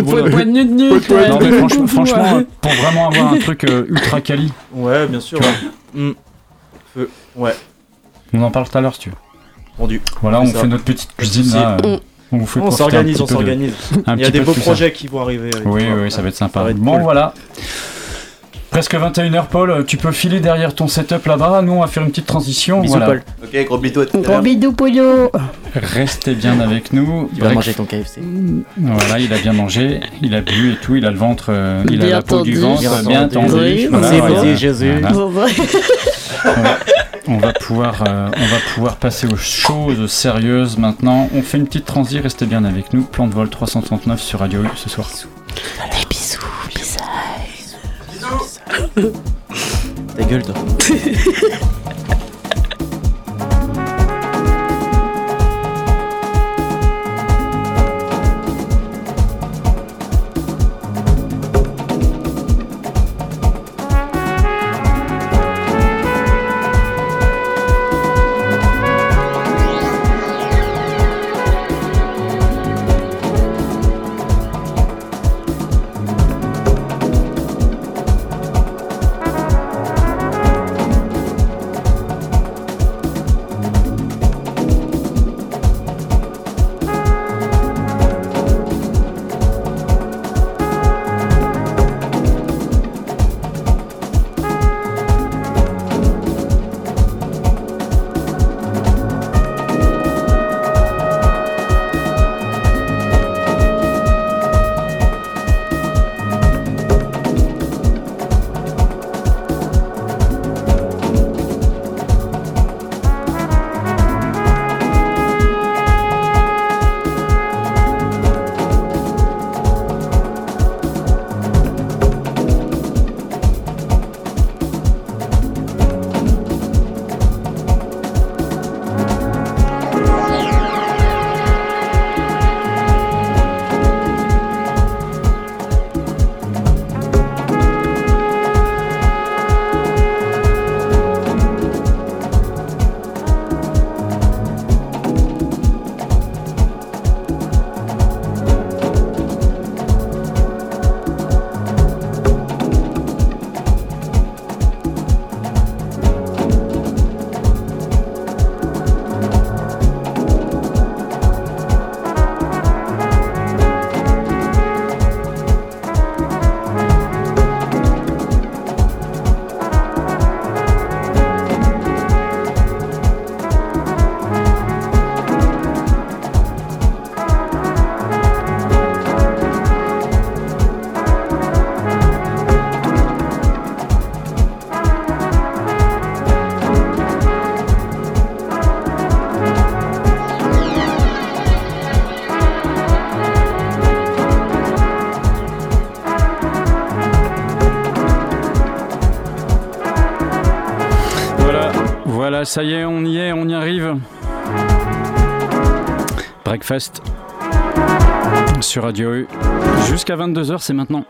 mais franchement, pour vraiment avoir un truc ultra quali. Ouais, bien sûr. Feu. Ouais. On en parle tout à l'heure si tu veux. Rendu. Voilà, on fait notre petite cuisine là. On s'organise. Il y a des beaux projets qui vont arriver. Oui, ça va être sympa. Bon, voilà. Presque 21h, Paul, tu peux filer derrière ton setup là-bas. Nous, on va faire une petite transition. Bisous, voilà. Paul. Ok, gros bisous à tout à Gros l'heure. bidou pouillot. Restez bien avec nous. Tu vas manger ton KFC. Voilà, il a bien mangé, il a bu et tout, il a le ventre, il a Bien la peau du tendu. ventre bien tendu. Oui, Voilà, C'est voilà. vas-y, Jésus. Voilà. On va pouvoir passer aux choses sérieuses maintenant. On fait une petite transi, restez bien avec nous. Plan de vol 339 sur Radio U ce soir. Des bisous, bisous. Ta gueule, toi. Voilà, ça y est, on y arrive. Breakfast sur Radio U. Jusqu'à 22h, c'est maintenant.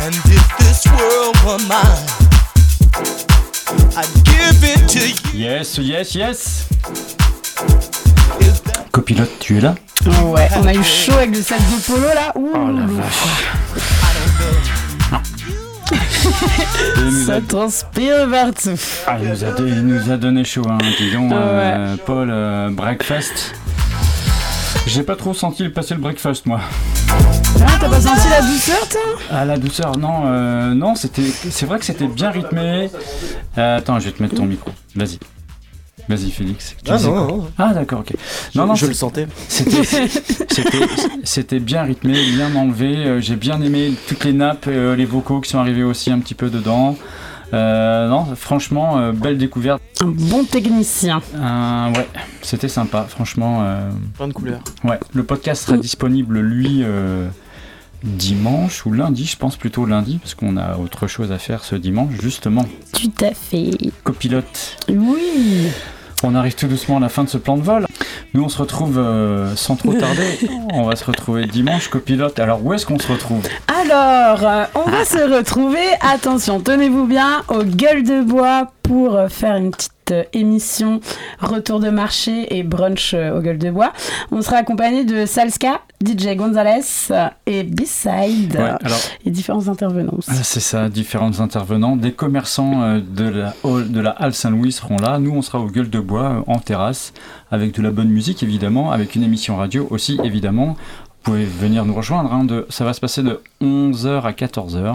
And if this world were mine, I'd give it to you. Yes, yes, yes. Copilote, tu es là? Ouais, on a eu chaud avec le sac de polo là. Ouh, Oh la vache. ça transpire partout. Ah, il nous a donné chaud, hein. Disons, Paul, breakfast. J'ai pas trop senti passer le breakfast, moi. Ah, t'as pas senti la douceur, toi? Ah, la douceur, non, c'est vrai que c'était bien rythmé. Attends, je vais te mettre ton micro. Vas-y, Félix. Tu disais quoi? non. Ah, d'accord, ok. Non, Je le sentais. C'était bien rythmé, bien enlevé. J'ai bien aimé toutes les nappes, les vocaux qui sont arrivés aussi un petit peu dedans. Non, franchement, belle découverte. Un bon technicien. Ouais, c'était sympa, franchement. Plein de couleurs. Ouais, le podcast sera disponible, lui, dimanche ou lundi, je pense plutôt lundi, parce qu'on a autre chose à faire ce dimanche, justement. Tout à fait. Copilote. Oui. On arrive tout doucement à la fin de ce plan de vol. Nous, on se retrouve sans trop tarder. On va se retrouver dimanche, Copilote. Alors, où est-ce qu'on se retrouve? Alors, on va se retrouver, attention, tenez-vous bien, au Gueule de Bois pour faire une petite émission retour de marché et brunch au Gueule de Bois. On sera accompagné de Salska, DJ Gonzalez et B-Side et différents intervenants aussi. C'est ça, différents intervenants. Des commerçants de la Halle Saint-Louis seront là. Nous, on sera au Gueule de Bois en terrasse avec de la bonne musique évidemment, avec une émission radio aussi évidemment. Vous pouvez venir nous rejoindre. Ça va se passer de 11h à 14h.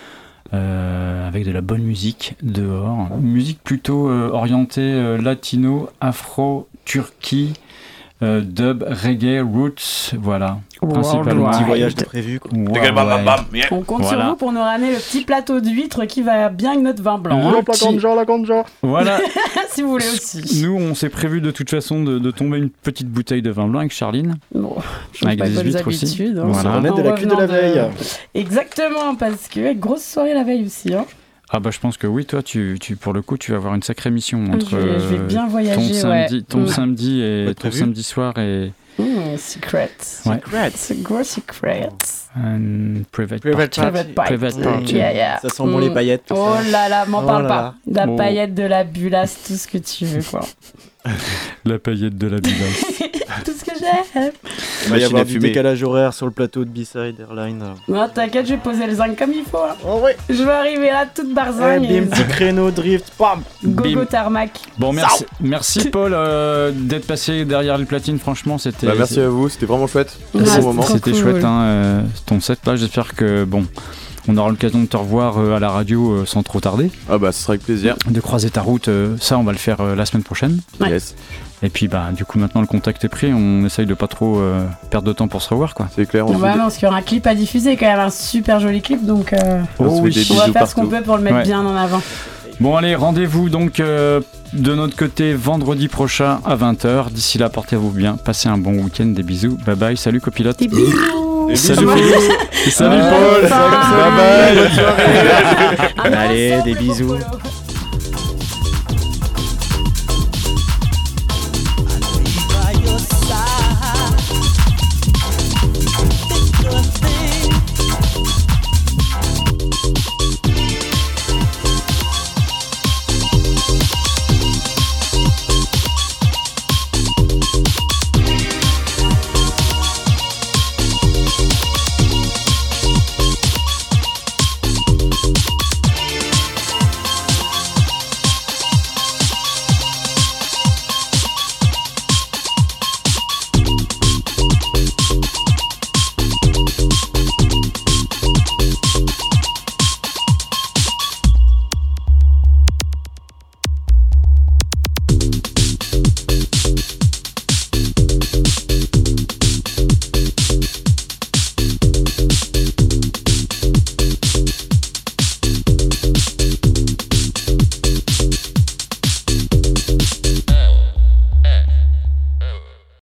Avec de la bonne musique dehors. Musique plutôt orientée latino, afro, turquie, dub, reggae, roots, voilà. Principalement. Un petit voyage de prévu. On compte sur vous pour nous ramener le petit plateau d'huîtres qui va bien avec notre vin blanc. La ganja. Voilà. Si vous voulez aussi. Nous, on s'est prévu de toute façon de tomber une petite bouteille de vin blanc avec Charline. Bon, avec des huîtres aussi. Hein. Voilà. On remet de la cuite de la veille. Exactement, parce que grosse soirée la veille aussi. Hein. Ah bah je pense que oui, toi, tu pour le coup, tu vas avoir une sacrée mission entre je vais bien voyager, ton samedi et ton samedi soir et... Secret. Ouais. C'est gros secret. Private party. Yeah. Ça sent bon les paillettes. Oh là là, m'en parle là pas. là. La paillette de la bulasse, tout ce que tu veux, quoi. La paillette de la bulasse. Tout ce que j'aime. Il va y avoir du décalage horaire sur le plateau de B-Side Airline. Non, t'inquiète, je vais poser les zinc comme il faut. Hein. Oh oui. Je vais arriver là, toute barzingue. Bim, petit créneau, drift, bam. Gogo tarmac. Bon, merci Paul d'être passé derrière les platines. Franchement, c'était. Merci à vous, c'était vraiment chouette. C'était chouette, hein, ton set là. J'espère que on aura l'occasion de te revoir à la radio sans trop tarder. Ah bah, ce sera avec plaisir. De croiser ta route, ça on va le faire la semaine prochaine. Ouais. Yes. Et puis du coup maintenant le contact est pris, on essaye de pas trop perdre de temps pour se revoir quoi. C'est clair. Parce qu'il y aura un clip à diffuser, quand même un super joli clip, donc on va faire ce qu'on peut pour le mettre bien en avant. Bon allez, rendez-vous donc de notre côté vendredi prochain à 20h. D'ici là, portez-vous bien, passez un bon week-end, des bisous, bye bye, salut copilote. Des bisous. Salut Paul. Bye bye. Allez, des bisous.